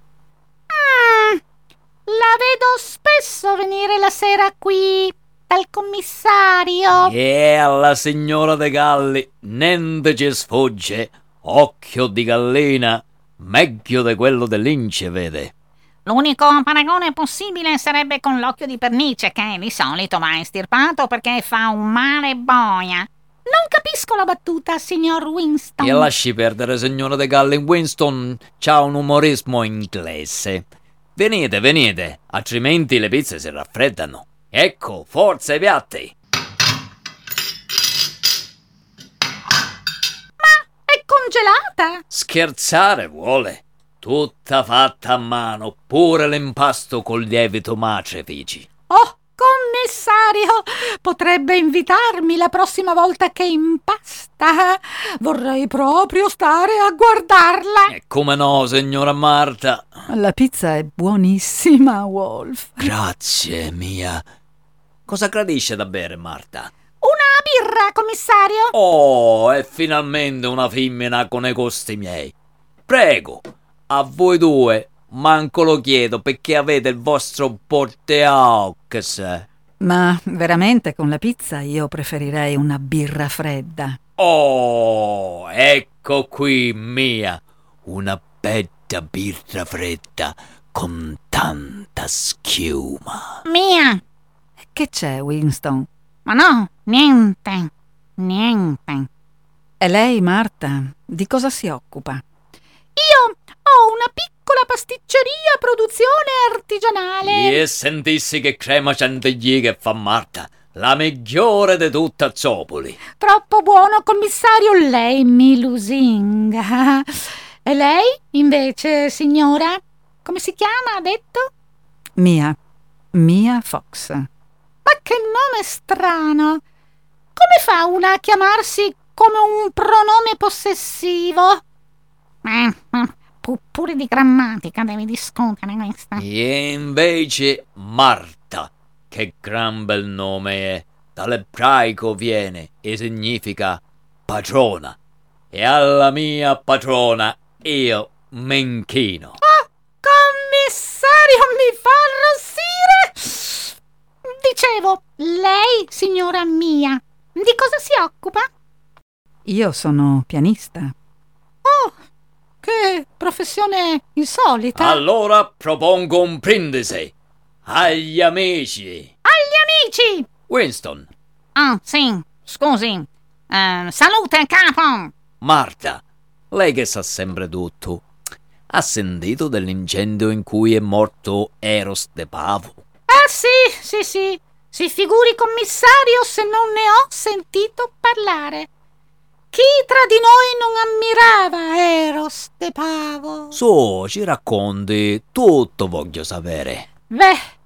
S5: vedo spesso venire la sera qui dal commissario.
S3: E alla signora de Galli, niente ci sfugge. Occhio di gallina, meglio di quello del lince, vede.
S5: L'unico paragone possibile sarebbe con l'occhio di pernice, che di solito va estirpato perché fa un male boia. Non capisco la battuta, signor Winston.
S3: E lasci perdere, signora de Galli. Winston c'ha un umorismo inglese. Venite, altrimenti le pizze si raffreddano. Ecco, forza i piatti.
S5: È congelata?
S3: Scherzare vuole. Tutta fatta a mano, pure l'impasto col lievito macefici.
S5: Oh, commissario, potrebbe invitarmi la prossima volta che impasta. Vorrei proprio stare a guardarla.
S3: E come no, signora Marta?
S4: La pizza è buonissima, Wolf.
S3: Grazie, Mia. Cosa gradisce da bere, Marta?
S5: Una birra, commissario?
S3: Oh, è finalmente una femmina con i gusti miei. Prego, a voi due, manco lo chiedo perché avete il vostro porteaux.
S4: Ma veramente con la pizza io preferirei una birra fredda.
S3: Oh, ecco qui, Mia, una bella birra fredda con tanta schiuma.
S5: Mia.
S4: Che c'è, Winston?
S5: Ma no, niente.
S4: E lei, Marta, di cosa si occupa?
S5: Io ho una piccola pasticceria a produzione artigianale.
S3: E sentissi che crema chantilly che fa Marta, la migliore di tutta Zopoli.
S5: Troppo buono, commissario, lei mi lusinga. E lei, invece, signora? Come si chiama, ha detto?
S4: Mia Fox.
S5: Ma che nome strano! Come fa una a chiamarsi come un pronome possessivo? Pure di grammatica devi discutere questa.
S3: E invece Marta, che gran bel nome è, dall'ebraico viene e significa padrona. E alla mia padrona io mi inchino.
S5: Oh, commissario, mi fa arrossire! Dicevo, lei, signora Mia, di cosa si occupa?
S4: Io sono pianista.
S5: Oh, che professione insolita.
S3: Allora propongo un brindisi agli amici.
S5: Agli amici!
S3: Winston,
S5: Ah, sì, scusi. Salute, capo!
S3: Marta, lei che sa sempre tutto, ha sentito dell'incendio in cui è morto Eros de Pavo?
S5: Ah, sì. Si figuri, commissario, se non ne ho sentito parlare. Chi tra di noi non ammirava Eros de Pavo?
S3: Su, ci racconti, tutto voglio sapere.
S5: Beh,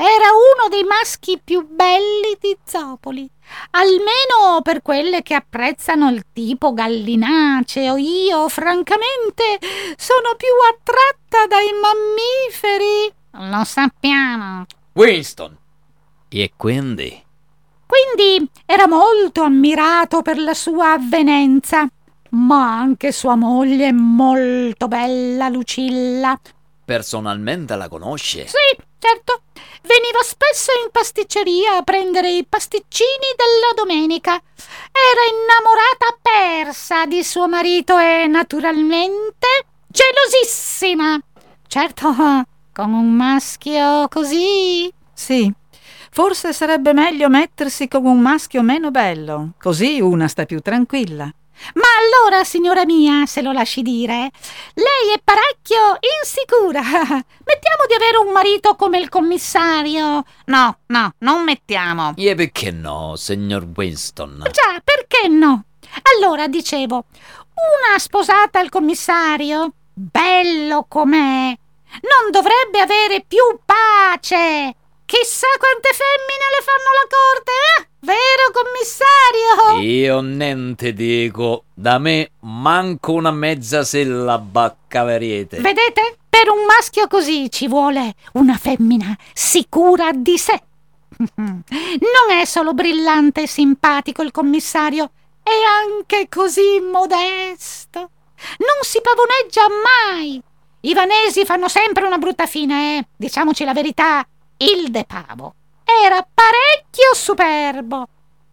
S5: era uno dei maschi più belli di Zopoli. Almeno per quelle che apprezzano il tipo gallinaceo. Io, francamente, sono più attratta dai mammiferi. Lo sappiamo.
S3: Winston! E quindi?
S5: Quindi era molto ammirato per la sua avvenenza. Ma anche sua moglie è molto bella, Lucilla.
S3: Personalmente la conosce?
S5: Sì, certo. Veniva spesso in pasticceria a prendere i pasticcini della domenica. Era innamorata persa di suo marito e naturalmente gelosissima. Certo, con un maschio così.
S4: Sì, forse sarebbe meglio mettersi con un maschio meno bello, così una sta più tranquilla.
S5: Ma allora, signora mia, se lo lasci dire, lei è parecchio insicura. Mettiamo di avere un marito come il commissario.
S4: No, non mettiamo.
S3: E perché no, signor Winston?
S5: Già, perché no? Allora, dicevo, una sposata al commissario, bello com'è, non dovrebbe avere più pace. Chissà quante femmine le fanno la corte, eh? Vero, commissario?
S3: Io niente dico, da me manco una mezza sillaba, caveriete.
S5: Vedete? Per un maschio così ci vuole una femmina sicura di sé. Non è solo brillante e simpatico il commissario, è anche così modesto. Non si pavoneggia mai. I vanesi fanno sempre una brutta fine, eh? Diciamoci la verità. Il De Pavo era parecchio superbo.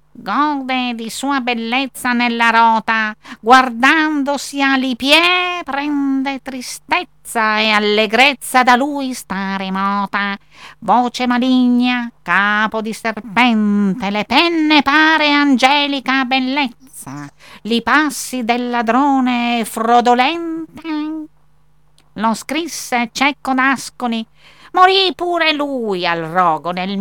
S5: Gode di sua bellezza nella rota, guardandosi ali piè, prende tristezza e allegrezza da lui sta remota. Voce maligna, capo di serpente, le penne pare angelica bellezza, li passi del ladrone frodolente. Lo scrisse Cecco d'Ascoli. Morì pure lui al rogo nel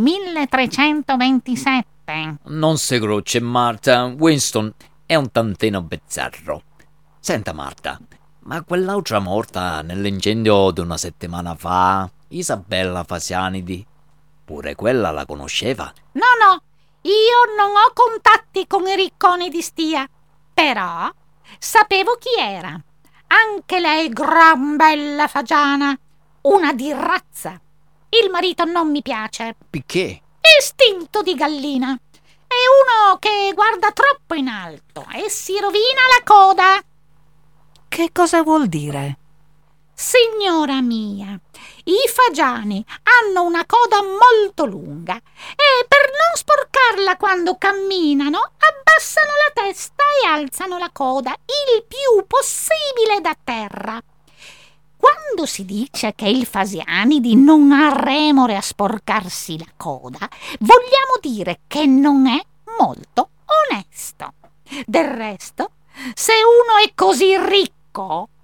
S5: 1327.
S3: Non si croce, Marta. Winston è un tantino bizzarro. Senta, Marta, ma quell'altra morta nell'incendio di una settimana fa, Isabella Fasianidi, pure quella la conosceva?
S5: No, io non ho contatti con i ricconi di Stia, però sapevo chi era. Anche lei gran bella fagiana, una di razza. Il marito non mi piace.
S3: Perché?
S5: Istinto di gallina. È uno che guarda troppo in alto e si rovina la coda.
S4: Che cosa vuol dire?
S5: Signora mia, i fagiani hanno una coda molto lunga e per non sporcarla quando camminano abbassano la testa e alzano la coda il più possibile da terra. Quando si dice che il Fasianidi non ha remore a sporcarsi la coda, vogliamo dire che non è molto onesto. Del resto, se uno è così ricco,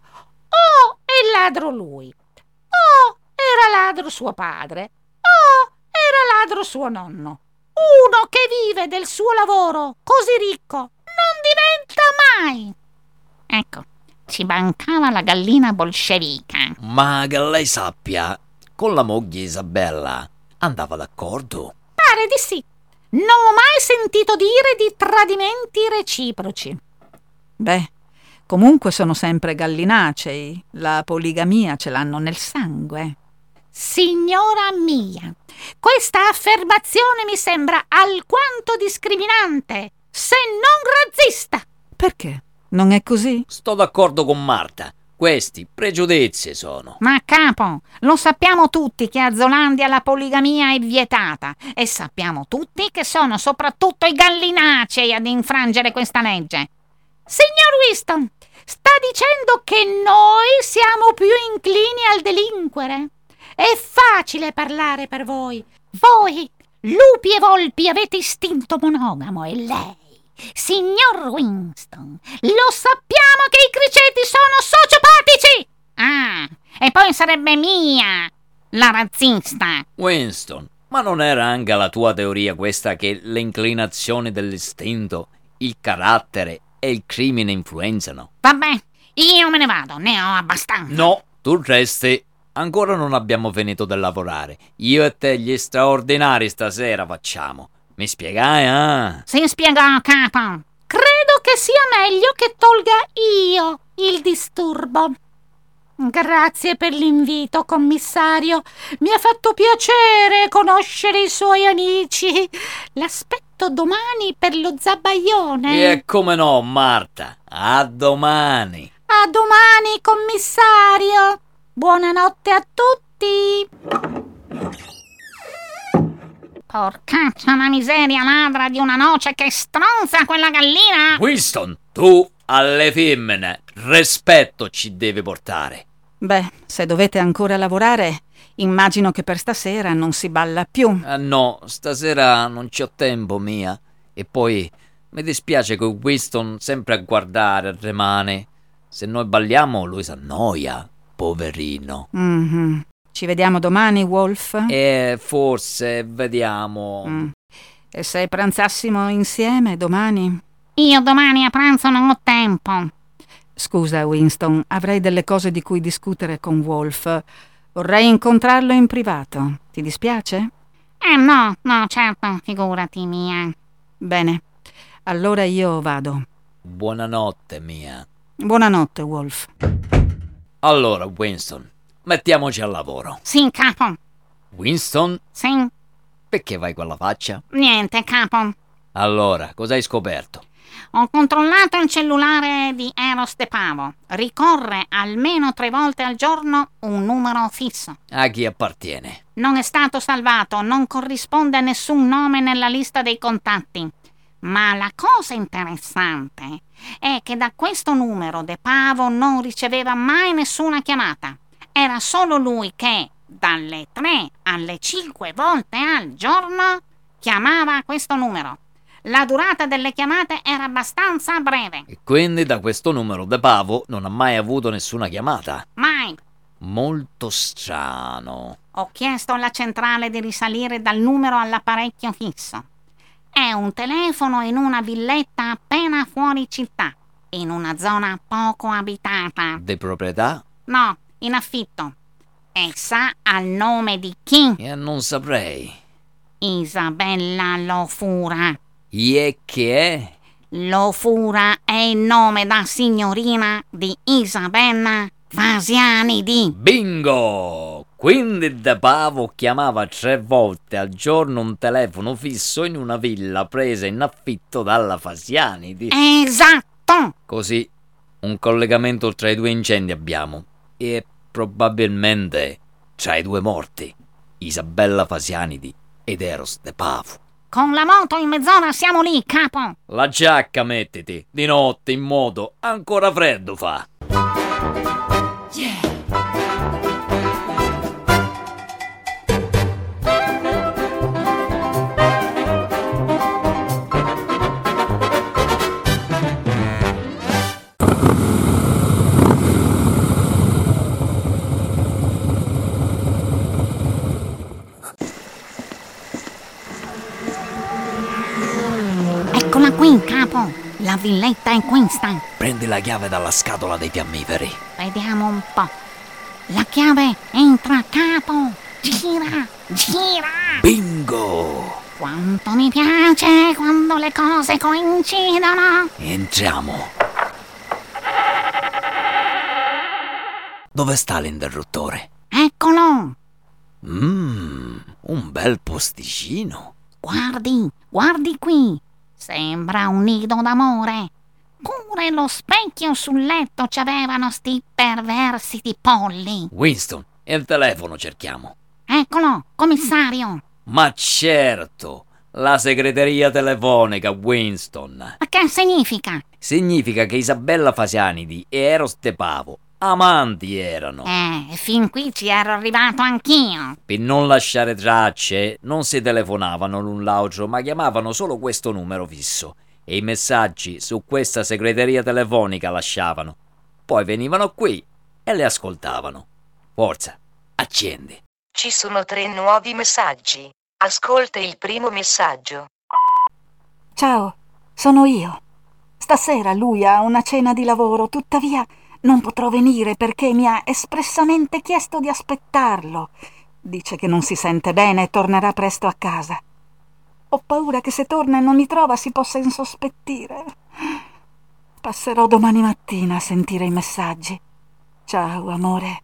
S5: o è ladro lui, o era ladro suo padre, o era ladro suo nonno. Uno che vive del suo lavoro così ricco non diventa mai. Ecco, ci mancava la gallina bolscevica.
S3: Ma che lei sappia, con la moglie Isabella andava d'accordo?
S5: Pare di sì. Non ho mai sentito dire di tradimenti reciproci.
S4: Beh, comunque sono sempre gallinacei. La poligamia ce l'hanno nel sangue.
S5: Signora mia, questa affermazione mi sembra alquanto discriminante, se non razzista.
S4: Perché? Non è così?
S3: Sto d'accordo con Marta. Questi pregiudizi sono.
S5: Ma capo, lo sappiamo tutti che a Zolandia la poligamia è vietata e sappiamo tutti che sono soprattutto i gallinacei ad infrangere questa legge. Signor Winston, sta dicendo che noi siamo più inclini al delinquere? È facile parlare per voi. Voi, lupi e volpi, avete istinto monogamo e lei, signor Winston, lo sappiamo che i criceti sono sociopatici! Ah, e poi sarebbe mia la razzista.
S3: Winston, ma non era anche la tua teoria questa che le inclinazioni dell'istinto, il carattere e il crimine influenzano?
S5: Vabbè, io me ne vado, ne ho abbastanza.
S3: No, tu resti. ancora non abbiamo finito di lavorare. Io e te gli straordinari stasera facciamo. Mi spiegai, eh?
S5: Si spiegò, capo. Credo che sia meglio che tolga io il disturbo. Grazie per l'invito, commissario. Mi ha fatto piacere conoscere i suoi amici. L'aspetto domani per lo zabaione.
S3: E come no, Marta. A domani.
S5: A domani, commissario. Buonanotte a tutti. Porcaccia una miseria, ladra di una noce, che stronza quella gallina!
S3: Winston, tu alle femmine rispetto ci devi portare.
S4: Beh, se dovete ancora lavorare, immagino che per stasera non si balla più.
S3: No, stasera non c'ho tempo, mia. E poi mi dispiace che Winston sempre a guardare rimane. Se noi balliamo lui s'annoia, poverino.
S4: Ci vediamo domani, Wolf?
S3: Forse, vediamo.
S4: E se pranzassimo insieme domani?
S5: Io domani a pranzo non ho tempo.
S4: Scusa, Winston, avrei delle cose di cui discutere con Wolf. Vorrei incontrarlo in privato. Ti dispiace?
S5: No, certo, figurati, mia.
S4: Bene, allora io vado.
S3: Buonanotte, mia.
S4: Buonanotte, Wolf.
S3: Allora, Winston, mettiamoci al lavoro.
S5: Sì, capo.
S3: Winston,
S5: Sì.
S3: perché vai con la faccia?
S5: Niente, capo.
S3: Allora, cosa hai scoperto?
S5: Ho controllato il cellulare di Eros De Pavo. Ricorre almeno 3 volte al giorno un numero fisso.
S3: A chi appartiene?
S5: Non è stato salvato, non corrisponde a nessun nome nella lista dei contatti. Ma la cosa interessante è che da questo numero De Pavo non riceveva mai nessuna chiamata. Era solo lui che, dalle 3 alle 5 volte al giorno, chiamava questo numero. La durata delle chiamate era abbastanza breve.
S3: E quindi da questo numero De Pavo non ha mai avuto nessuna chiamata.
S5: Mai.
S3: Molto strano.
S5: Ho chiesto alla centrale di risalire dal numero all'apparecchio fisso. È un telefono in una villetta appena fuori città, in una zona poco abitata.
S3: Di proprietà?
S5: No, in affitto. E sa al nome di chi?
S3: Non saprei.
S5: Isabella Lo Fura.
S3: E che è?
S5: Lo Fura è il nome da signorina di Isabella Fasianidi.
S3: Bingo! Quindi De Pavo chiamava 3 volte al giorno un telefono fisso in una villa presa in affitto dalla Fasianidi.
S5: Esatto!
S3: Così un collegamento tra i 2 incendi abbiamo. E probabilmente tra i 2 morti, Isabella Fasianidi ed Eros De Pavo.
S5: Con la moto in mezz'ora siamo lì, capo.
S3: La giacca mettiti, di notte in moto, ancora freddo fa.
S5: Eccola qui, capo. La villetta è questa.
S3: Prendi la chiave dalla scatola dei fiammiferi.
S5: Vediamo un po'. La chiave entra, capo. Gira, gira.
S3: Bingo!
S5: Quanto mi piace quando le cose coincidono.
S3: Entriamo. Dove sta l'interruttore?
S5: Eccolo.
S3: Un bel posticino.
S5: Guardi qui. Sembra un nido d'amore. Pure lo specchio sul letto c'avevano sti perversi di polli.
S3: Winston, il telefono cerchiamo.
S5: Eccolo, commissario.
S3: Ma certo, la segreteria telefonica, Winston.
S5: Ma che significa?
S3: Significa che Isabella Fasianidi e Eros De Pavo amanti erano.
S5: Fin qui ci ero arrivato anch'io.
S3: Per non lasciare tracce, non si telefonavano l'un l'altro, ma chiamavano solo questo numero fisso e i messaggi su questa segreteria telefonica lasciavano. Poi venivano qui e le ascoltavano. Forza, accendi.
S7: Ci sono 3 nuovi messaggi. Ascolta il primo messaggio.
S8: Ciao, sono io. Stasera lui ha una cena di lavoro, tuttavia
S4: Non potrò venire perché mi ha espressamente chiesto di aspettarlo. Dice che non si sente bene e tornerà presto a casa. Ho paura che se torna e non mi trova si possa insospettire. Passerò domani mattina a sentire i messaggi. Ciao, amore.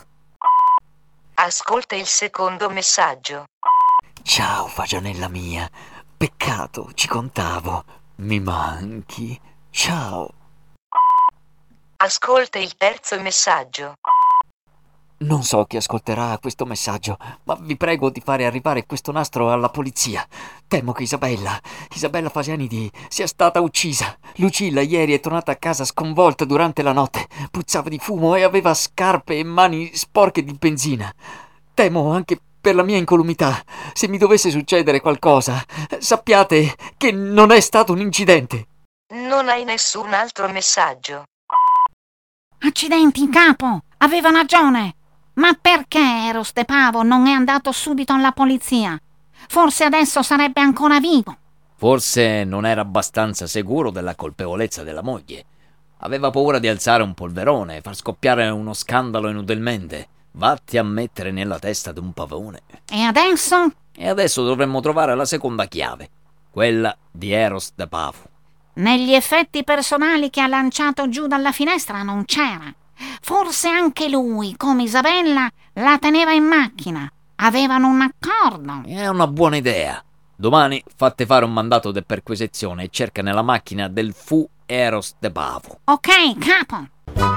S7: Ascolta il secondo messaggio.
S6: Ciao, fagianella mia. Peccato, ci contavo. Mi manchi. Ciao.
S7: Ascolta il terzo messaggio.
S6: Non so chi ascolterà questo messaggio, ma vi prego di fare arrivare questo nastro alla polizia. Temo che Isabella Fasianidi sia stata uccisa. Lucilla ieri è tornata a casa sconvolta durante la notte. Puzzava di fumo e aveva scarpe e mani sporche di benzina. Temo anche per la mia incolumità. Se mi dovesse succedere qualcosa, sappiate che non è stato un incidente.
S7: Non hai nessun altro messaggio.
S5: Accidenti, capo! Aveva ragione! Ma perché Eros De Pavo non è andato subito alla polizia? Forse adesso sarebbe ancora vivo.
S3: Forse non era abbastanza sicuro della colpevolezza della moglie. Aveva paura di alzare un polverone, far scoppiare uno scandalo inutilmente. Vatti a mettere nella testa d'un pavone.
S5: E adesso?
S3: E adesso dovremmo trovare la seconda chiave, quella di Eros De Pavo.
S5: Negli effetti personali che ha lanciato giù dalla finestra non c'era. Forse anche lui, come Isabella, la teneva in macchina. Avevano un accordo.
S3: È una buona idea. Domani fate fare un mandato di perquisizione e cerca nella macchina del fu Eros De Pavo.
S5: Ok, capo.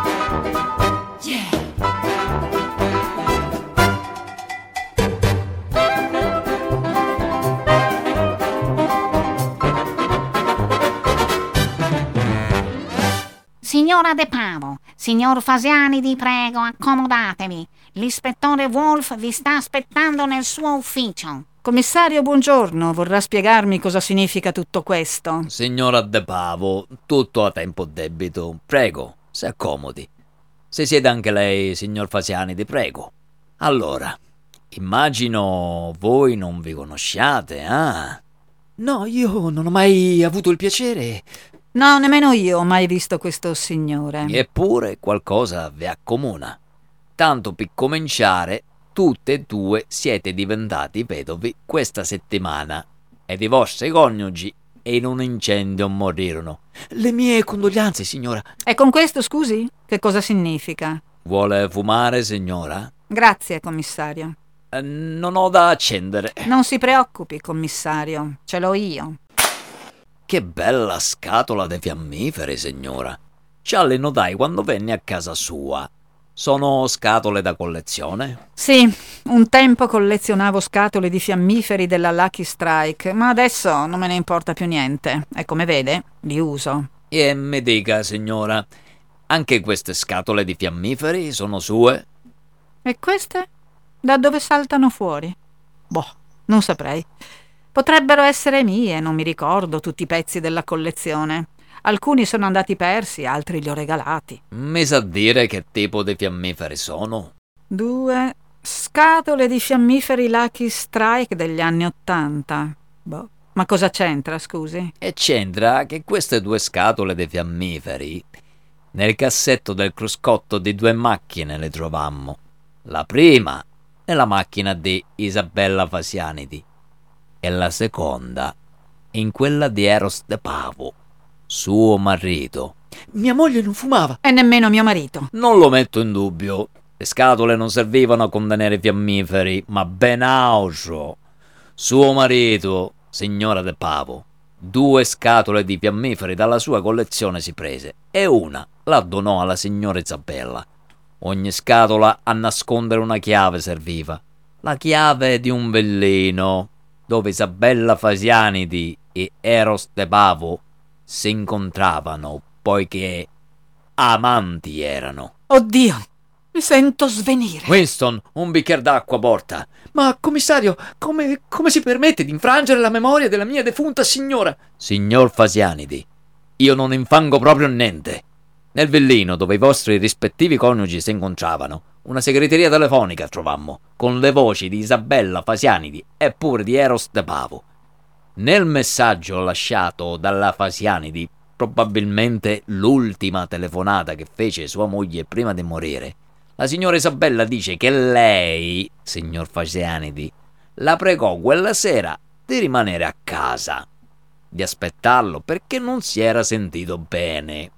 S5: Signora De Pavo, signor Fasianidi, prego, accomodatevi. L'ispettore Wolf vi sta aspettando nel suo ufficio.
S4: Commissario, buongiorno. Vorrà spiegarmi cosa significa tutto questo?
S3: Signora De Pavo, tutto a tempo debito. Prego, si accomodi. Se siete anche lei, signor Fasianidi, prego. Allora, immagino voi non vi conosciate, ah?
S6: No, io non ho mai avuto il piacere.
S4: No, nemmeno io ho mai visto questo signore.
S3: Eppure qualcosa vi accomuna. Tanto per cominciare, tutte e due siete diventati vedovi questa settimana ed i vostri coniugi in un incendio morirono.
S6: Le mie condoglianze, signora.
S4: E con questo, scusi? Che cosa significa?
S3: Vuole fumare, signora?
S4: Grazie, commissario.
S3: Non ho da accendere.
S4: Non si preoccupi, commissario. Ce l'ho io.
S3: Che bella scatola di fiammiferi, signora. Ce le notai quando venni a casa sua. Sono scatole da collezione?
S4: Sì, un tempo collezionavo scatole di fiammiferi della Lucky Strike, ma adesso non me ne importa più niente. E come vede, li uso.
S3: E mi dica, signora, anche queste scatole di fiammiferi sono sue?
S4: E queste? Da dove saltano fuori? Boh, non saprei. Potrebbero essere mie, non mi ricordo tutti i pezzi della collezione. Alcuni sono andati persi, altri li ho regalati.
S3: Mi sa dire che tipo di fiammiferi sono?
S4: 2 scatole di fiammiferi Lucky Strike degli anni '80. Boh, ma cosa c'entra, scusi?
S3: E c'entra che queste 2 scatole di fiammiferi nel cassetto del cruscotto di 2 macchine le trovammo. La prima nella macchina di Isabella Fasianidi e la seconda in quella di Eros De Pavo, suo marito.
S6: Mia moglie non fumava.
S4: E nemmeno mio marito.
S3: Non lo metto in dubbio. Le scatole non servivano a contenere fiammiferi, ma ben altro. Suo marito, signora De Pavo, 2 scatole di fiammiferi dalla sua collezione si prese e una la donò alla signora Isabella. Ogni scatola a nascondere una chiave serviva. La chiave di un villino dove Isabella Fasianidi e Eros De Pavo si incontravano, poiché amanti erano.
S4: Oddio, mi sento svenire.
S3: Winston, un bicchiere d'acqua porta.
S6: Ma, commissario, come si permette di infrangere la memoria della mia defunta signora?
S3: Signor Fasianidi, io non infango proprio niente. Nel villino dove i vostri rispettivi coniugi si incontravano, una segreteria telefonica trovammo, con le voci di Isabella Fasianidi e pure di Eros De Pavo. Nel messaggio lasciato dalla Fasianidi probabilmente l'ultima telefonata che fece sua moglie prima di morire, la signora Isabella dice che lei, signor Fasianidi, la pregò quella sera di rimanere a casa, di aspettarlo perché non si era sentito bene.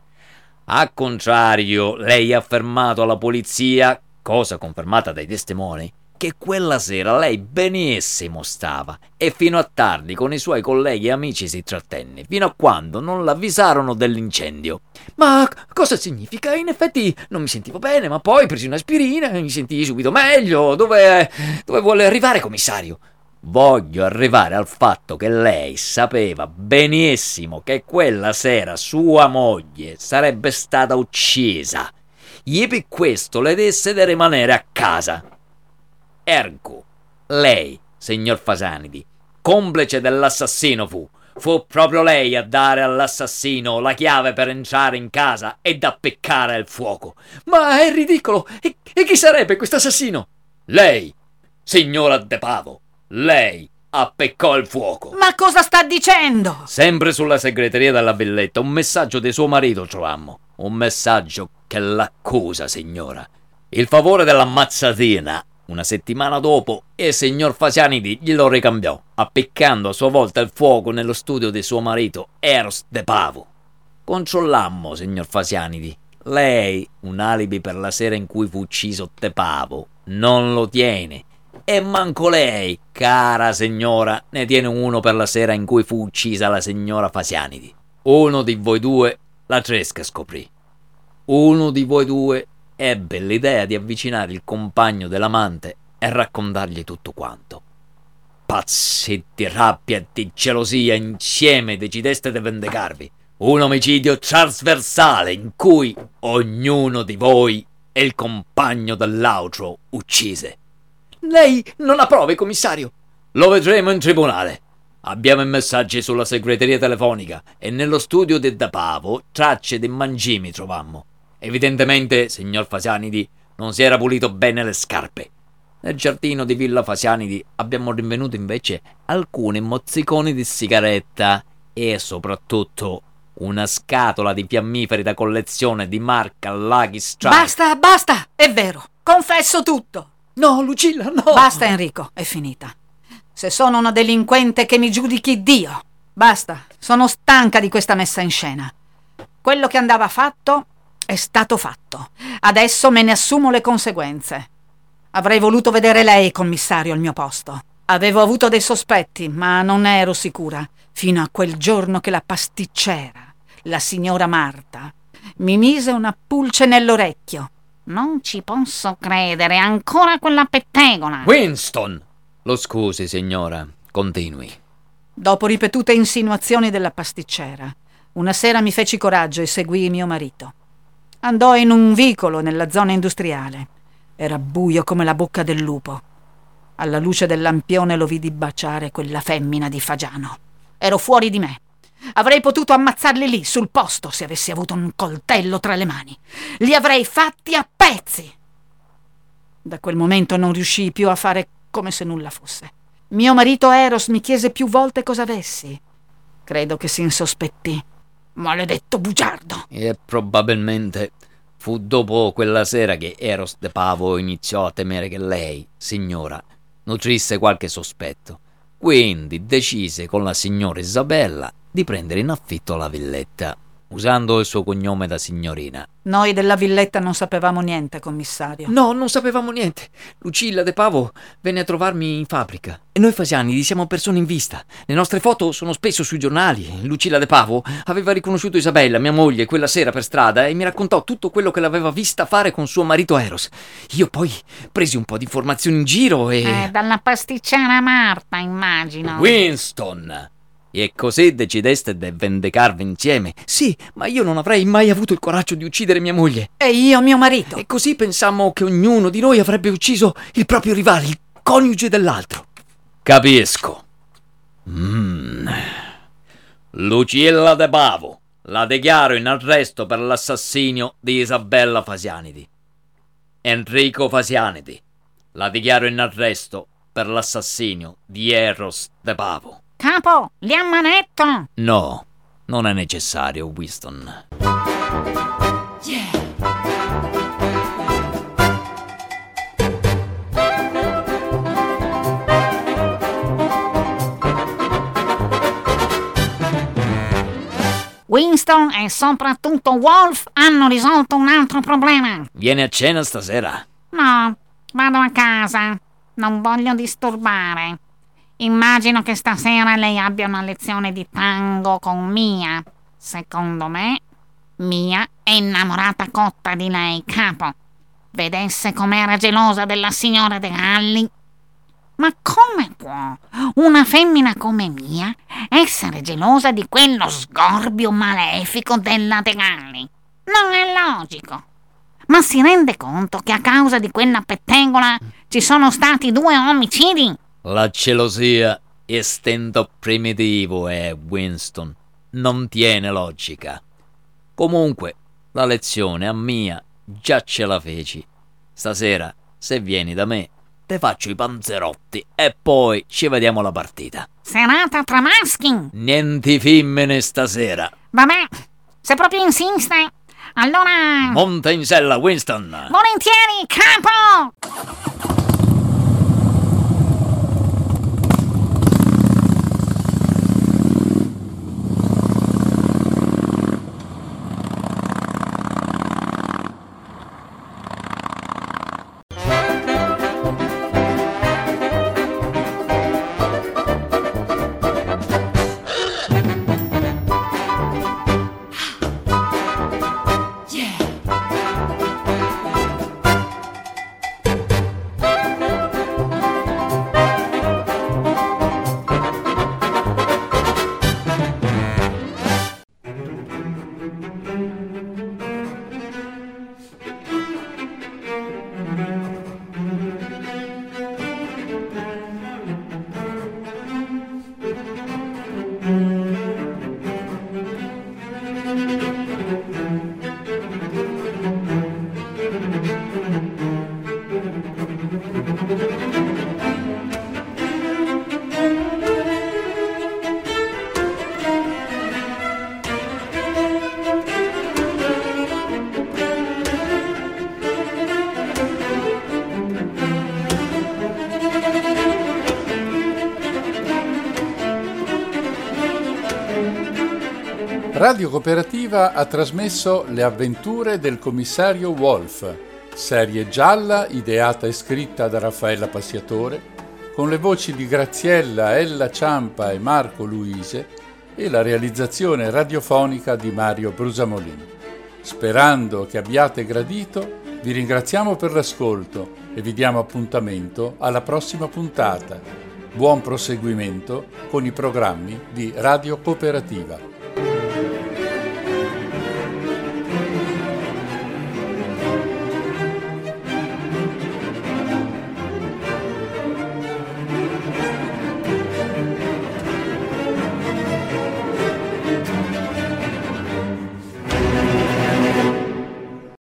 S3: A contrario, lei ha affermato alla polizia, cosa confermata dai testimoni, che quella sera lei benissimo stava e fino a tardi con i suoi colleghi e amici si trattenne, fino a quando non l'avvisarono dell'incendio. Ma cosa significa? In effetti non mi sentivo bene, ma poi presi un'aspirina e mi sentii subito meglio. Dove vuole arrivare, commissario? Voglio arrivare al fatto che lei sapeva benissimo che quella sera sua moglie sarebbe stata uccisa. E per questo le disse di rimanere a casa. Ergo, lei, signor Fasanidi, complice dell'assassino fu proprio lei a dare all'assassino la chiave per entrare in casa ed appiccare il fuoco. Ma è ridicolo! E chi sarebbe questo assassino? Lei, signora De Pavo, lei appiccò il fuoco.
S4: Ma cosa sta dicendo?
S3: Sempre sulla segreteria della villetta un messaggio di suo marito trovammo. Un messaggio che l'accusa, signora. Il favore dell'ammazzatina. Una settimana dopo, il signor Fasianidi glielo ricambiò, appiccando a sua volta il fuoco nello studio di suo marito, Eros De Pavo. Controllammo, signor Fasianidi. Lei, un alibi per la sera in cui fu ucciso De Pavo, non lo tiene. E manco lei, cara signora, ne tiene uno per la sera in cui fu uccisa la signora Fasianidi. Uno di voi due la Tresca scoprì. Uno di voi due ebbe l'idea di avvicinare il compagno dell'amante e raccontargli tutto quanto. Pazzi di rabbia e di gelosia insieme decideste di vendicarvi. Un omicidio trasversale in cui ognuno di voi è il compagno dell'altro uccise. Lei non ha prove, commissario? Lo vedremo in tribunale. Abbiamo i messaggi sulla segreteria telefonica e nello studio di De Pavo tracce di mangimi trovammo. Evidentemente, signor Fasianidi, non si era pulito bene le scarpe. Nel giardino di Villa Fasianidi abbiamo rinvenuto invece alcuni mozziconi di sigaretta e soprattutto una scatola di fiammiferi da collezione di marca Lucky Strike.
S4: Basta, è vero, confesso tutto.
S3: No, Lucilla, no!
S4: Basta, Enrico, è finita. Se sono una delinquente che mi giudichi Dio. Basta, sono stanca di questa messa in scena. Quello che andava fatto è stato fatto. Adesso me ne assumo le conseguenze. Avrei voluto vedere lei, commissario, al mio posto. Avevo avuto dei sospetti, ma non ero sicura, fino a quel giorno che la pasticcera, la signora Marta, mi mise una pulce nell'orecchio.
S5: Non ci posso credere, ancora quella pettegola.
S3: Winston! Lo scusi, signora, continui.
S4: Dopo ripetute insinuazioni della pasticcera, una sera mi feci coraggio e seguii mio marito. Andò in un vicolo nella zona industriale. Era buio come la bocca del lupo. Alla luce del lampione lo vidi baciare quella femmina di Fagiano. Ero fuori di me. Avrei potuto ammazzarli lì, sul posto, se avessi avuto un coltello tra le mani. Li avrei fatti a pezzi. Da quel momento non riuscii più a fare come se nulla fosse. Mio marito Eros mi chiese più volte cosa avessi. Credo che si insospettì. Maledetto bugiardo!
S3: E probabilmente fu dopo quella sera che Eros De Pavo iniziò a temere che lei, signora, nutrisse qualche sospetto. Quindi decise con la signora Isabella di prendere in affitto la villetta, usando il suo cognome da signorina.
S4: Noi della villetta non sapevamo niente, commissario.
S6: No, non sapevamo niente. Lucilla De Pavo venne a trovarmi in fabbrica. E noi Fasianidi siamo persone in vista. Le nostre foto sono spesso sui giornali. Lucilla De Pavo aveva riconosciuto Isabella, mia moglie, quella sera per strada e mi raccontò tutto quello che l'aveva vista fare con suo marito Eros. Io poi presi un po' di informazioni in giro e...
S5: Dalla pasticcera Marta, immagino.
S3: Winston! E così decideste di vendicarvi insieme?
S6: Sì, ma io non avrei mai avuto il coraggio di uccidere mia moglie.
S4: E io mio marito.
S6: E così pensammo che ognuno di noi avrebbe ucciso il proprio rivale, il coniuge dell'altro.
S3: Capisco. Lucilla De Pavo, la dichiaro in arresto per l'assassinio di Isabella Fasianidi. Enrico Fasianidi, la dichiaro in arresto per l'assassinio di Eros De Pavo.
S5: Capo, li ammanetto.
S3: No, Non è necessario, Winston.
S5: Winston e soprattutto Wolf hanno risolto un altro problema.
S3: Vieni a cena stasera?
S5: No, vado a casa. Non voglio disturbare. Immagino che stasera lei abbia una lezione di tango con Mia. Secondo me, Mia è innamorata cotta di lei, capo. Vedesse com'era gelosa della signora De Galli. Ma come può una femmina come Mia essere gelosa di quello sgorbio malefico della De Galli? Non è logico. Ma si rende conto che a causa di quella pettegola ci sono stati 2 omicidi?
S3: La gelosia è stento primitivo, Winston. Non tiene logica. Comunque, la lezione a Mia già ce la feci. Stasera, se vieni da me, te faccio i panzerotti e poi ci vediamo la partita.
S5: Serata tra maschi?
S3: Niente femmine stasera.
S5: Vabbè, se proprio insiste, allora...
S3: Monta in sella, Winston.
S5: Volentieri, capo!
S1: Radio Cooperativa ha trasmesso Le avventure del commissario Wolf, serie gialla ideata e scritta da Raffaella Passiatore, con le voci di Graziella, Ella Ciampa e Marco Luise e la realizzazione radiofonica di Mario Brusamolin. Sperando che abbiate gradito, vi ringraziamo per l'ascolto e vi diamo appuntamento alla prossima puntata. Buon proseguimento con i programmi di Radio Cooperativa.